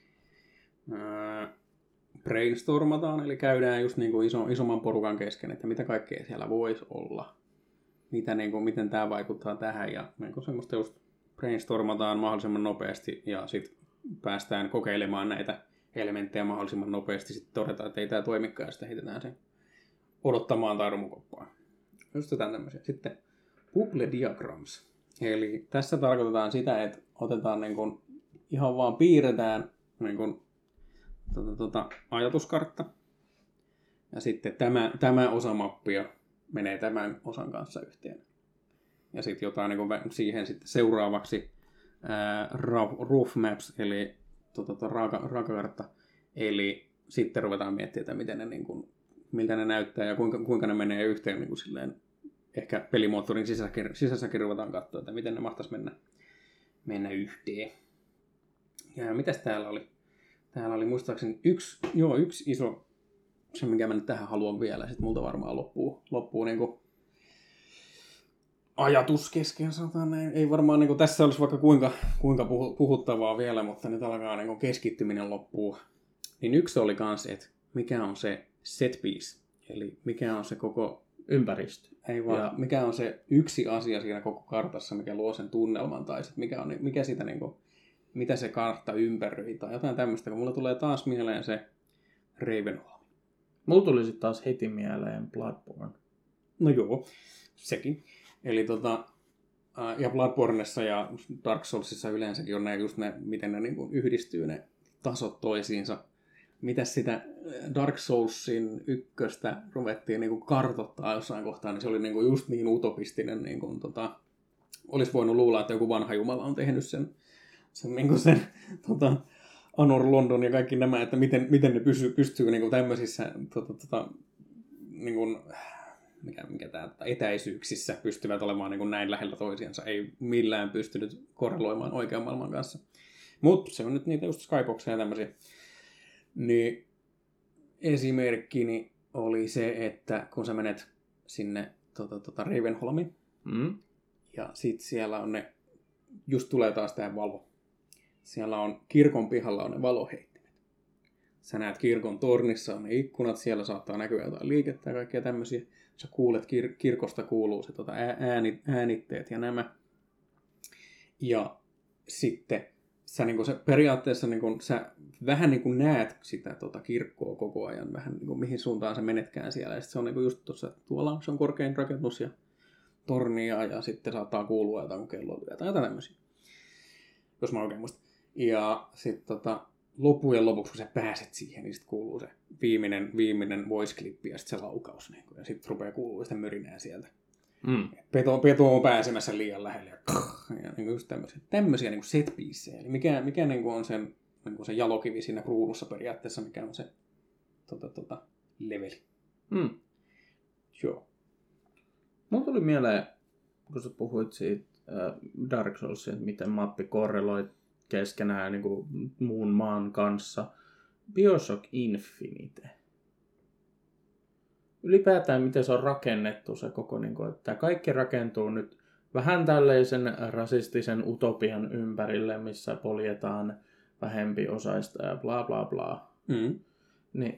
Äh, brainstormataan, eli käydään just niin kuin iso, isomman porukan kesken, että mitä kaikkea siellä voisi olla. Mitä, niin kuin, miten tämä vaikuttaa tähän ja niin kuin semmoista just brainstormataan mahdollisimman nopeasti ja sitten päästään kokeilemaan näitä elementtejä mahdollisimman nopeasti. Sitten todetaan, että ei tämä toimikaan ja sitten heitetään sen odottamaan tai romukoppaan. Just jotain tämmöisiä. Sitten Bubble Diagrams. Eli tässä tarkoitetaan sitä, että otetaan niin kuin, ihan vaan piirretään niin kuin, tota, tota, ajatuskartta. Ja sitten tämä, tämä osa mappia menee tämän osan kanssa yhteen. Ja sitten jotain niin kuin siihen sitten seuraavaksi ää, rough maps, eli tota, tota, raaka, raakakartta. Eli sitten ruvetaan miettimään, että miten ne, niin kuin, miltä ne näyttää ja kuinka, kuinka ne menee yhteen niin kuin silleen, ehkä pelimoottorin sisässäkin, sisässäkin ruvetaan katsoa, että miten ne mahtaisi mennä, mennä yhteen. Ja mitäs täällä oli? Täällä oli muistaakseni yksi, joo, yksi iso, se minkä mä nyt tähän haluan vielä, sitten multa varmaan loppuu, loppuu niin kuin ajatus kesken, sanotaan näin. Ei varmaan niin kuin, tässä olisi vaikka kuinka, kuinka puhuttavaa vielä, mutta nyt alkaa niin kuin keskittyminen loppuu. Niin yksi oli kans, että mikä on se set piece, eli mikä on se koko ympäristö. Ei vaan, ja mikä on se yksi asia siinä koko kartassa, mikä luo sen tunnelman, tai sit mikä, on, mikä sitä, niin kuin, mitä se kartta ympäröi, tai jotain tämmöistä, kun mulla tulee taas mieleen se Ravenholm. Mulla tuli sitten taas heti mieleen Bloodborne. No joo, sekin. Eli tota, ja Bloodbornessa ja Dark Soulsissa yleensäkin on ne, just ne, miten ne niin kuin yhdistyy ne tasot toisiinsa. Mitäs sitä Dark Soulsin ykköstä ruvettiin niin kuin kartoittaa jossain kohtaa, niin se oli niin kuin just niin utopistinen, niin kuin, tota, olisi voinut luulla, että joku vanha jumala on tehnyt sen, sen, niin kuin sen tota, Anor London ja kaikki nämä, että miten, miten ne pysyy, pystyy niin kuin tämmöisissä tota, tota, niin kuin, mikä, mikä tää, etäisyyksissä pystyvät olemaan niin kuin näin lähellä toisiansa. Ei millään pystynyt korreloimaan oikean maailman kanssa. Mutta se on nyt niitä just Skyboxia ja tämmöisiä. Niin esimerkkini oli se, että kun sä menet sinne tota, tota Ravenholmiin, mm. ja sit siellä on ne, just tulee taas tää valo. Siellä on kirkon pihalla on ne valoheittimet. Sä näet kirkon tornissa on ne ikkunat, siellä saattaa näkyä jotain liikettä ja kaikkea tämmöisiä. Sä kuulet, kir- kirkosta kuuluu se tota, ääni, äänitteet ja nämä. Ja sitten sä niin kuin, se, periaatteessa niin kuin, sä vähän niin kuin näet sitä tota, kirkkoa koko ajan, vähän niin kuin, mihin suuntaan sä menetkään siellä. Ja sit se on niin kuin, just tuossa, että tuolla se on korkein rakennus ja tornia ja sitten saattaa kuulua jotain kelloa tai jotain tämmöisiä. Jos mä oikein muistan. Ja sitten tota, lopujen lopuksi, kun sä pääset siihen, niin sitten kuuluu se viimeinen, viimeinen voice-klippi ja sitten se laukaus. Niin kun, ja sitten rupeaa kuulua sitä mörinää sieltä. Mm. Peto, peto on pääsemässä liian lähelle. Ja, ja niin just tämmöisiä, tämmöisiä niin set-piecejä. Eli mikä, mikä niin on sen, niin se jalokivi siinä kruunussa periaatteessa, mikä on se tota, tota, leveli. Mm. Joo. Mulla tuli mieleen, kun sä puhuit siitä äh, Dark Soulsia, että miten mappi korreloi keskenään niin kuin muun maan kanssa. BioShock Infinite. Ylipäätään miten se on rakennettu se koko, niin kuin, että kaikki rakentuu nyt vähän tällaisen rasistisen utopian ympärille, missä poljetaan vähempiosaista ja bla bla bla. Mm. Niin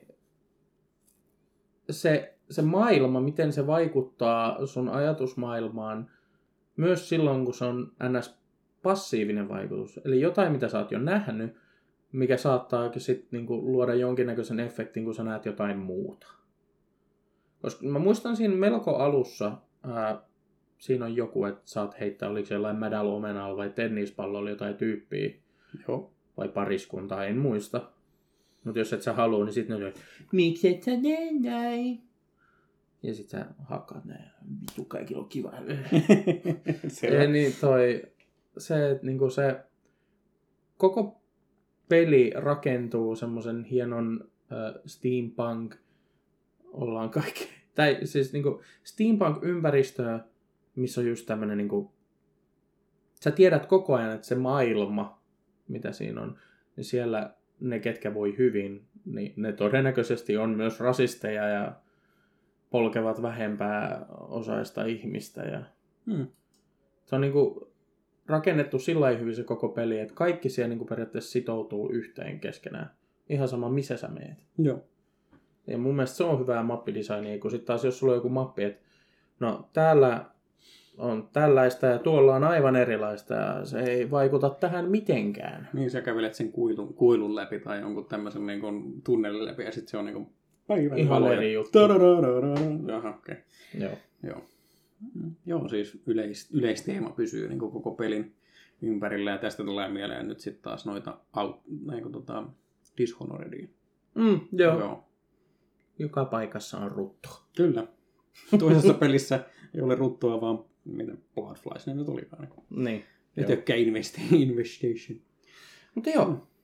se, se maailma, miten se vaikuttaa sun ajatusmaailmaan, myös silloin, kun se on ns. Passiivinen vaikutus. Eli jotain, mitä sä oot jo nähnyt, mikä saattaakin sit niinku luoda jonkinnäköisen efektin, kun sä näet jotain muuta. Koska mä muistan siinä melko alussa, ää, siinä on joku, että saat heittää, oliko se jollain Medal Omenalla vai tennispallolla jotain tyyppiä. Joo. Vai pariskuntaa, en muista. Mutta jos et sä halua, niin sitten ne on, miksi et sä tee näin? Ja sit sä hakkaat näin, vittu kaikilla on kiva. Ja niin toi, se, että niinku se koko peli rakentuu semmoisen hienon äh, steampunk, ollaan kaikki, tai siis niinku steampunk-ympäristöä, missä on just tämmönen niinku, sä tiedät koko ajan, että se maailma, mitä siinä on, niin siellä ne, ketkä voi hyvin, niin ne todennäköisesti on myös rasisteja ja polkevat vähempää osaista ihmistä. Ja hmm. Se on niinku rakennettu sillä lailla hyvin se koko peli, että kaikki siellä niinku periaatteessa sitoutuu yhteen keskenään. Ihan sama, missä sä meet. Joo. Ja mun mielestä se on hyvää mappidesignia, kun sitten taas jos sulla on joku mappi, että no täällä on tällaista ja tuolla on aivan erilaista ja se ei vaikuta tähän mitenkään. Niin sä kävelet sen kuilun, kuilun läpi tai jonkun tämmöisen niin kuin tunnelin läpi ja sitten se on niin kuin päivän ihan valoja. eri juttu. Jaha, okei. Okay. Joo. Joo. Joo, siis yleis, yleisteema pysyy niin kuin koko pelin ympärillä ja tästä tulee mieleen nyt sitten taas noita out, niin kuin tota, Dishonoredia. Mm, joo. joo. Joka paikassa on rutto. Kyllä. Toisessa pelissä ei ole ruttoa, vaan mitä Bloodflies ne nyt olikaan. Niin. Ne tykkää investation. Mutta joo,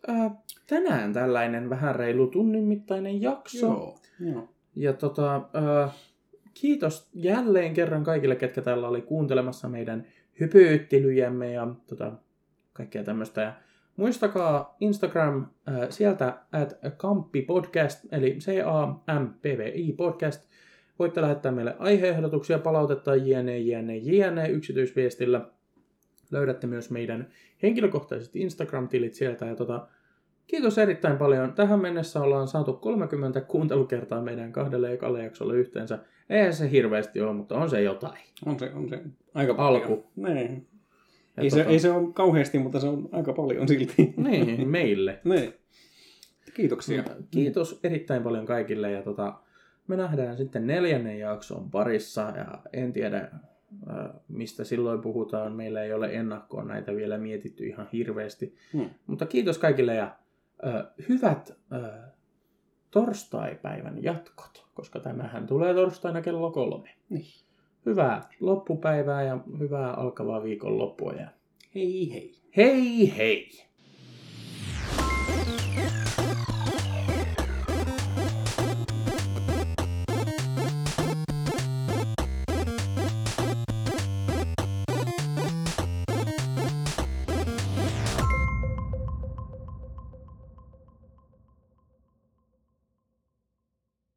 äh, tänään tällainen vähän reilu tunnin mittainen jakso. Joo, joo. Ja tota, äh, kiitos jälleen kerran kaikille, ketkä täällä oli kuuntelemassa meidän hypyyttelyjämme ja tota, kaikkea tämmöistä. Ja muistakaa Instagram äh, sieltä at kamppipodcast, eli C A M P V I podcast. Voitte lähettää meille aiheehdotuksia, palautetta, jne, jne, jne yksityisviestillä. Löydätte myös meidän henkilökohtaiset Instagram-tilit sieltä. Ja tota, kiitos erittäin paljon. Tähän mennessä ollaan saatu kolmekymmentä kuuntelukertaa meidän kahdelle ekalle jaksolle yhteensä. Eihän se hirveästi ole, mutta on se jotain. On se, on se aika paljon. Alku. Niin. Ja Ei, tota, se, ei se ole kauheasti, mutta se on aika paljon silti. Niin, meille. Niin. Kiitoksia. Kiitos erittäin paljon kaikille. Ja tota, me nähdään sitten neljännen jakson parissa. Ja en tiedä, mistä silloin puhutaan. Meillä ei ole ennakkoon näitä vielä mietitty ihan hirveästi. Hmm. Mutta kiitos kaikille ja äh, hyvät äh, torstaipäivän jatkot, koska tämähän tulee torstaina kello kolme. Niin. Hyvää loppupäivää ja hyvää alkavaa viikonloppua. Ja hei hei. Hei hei!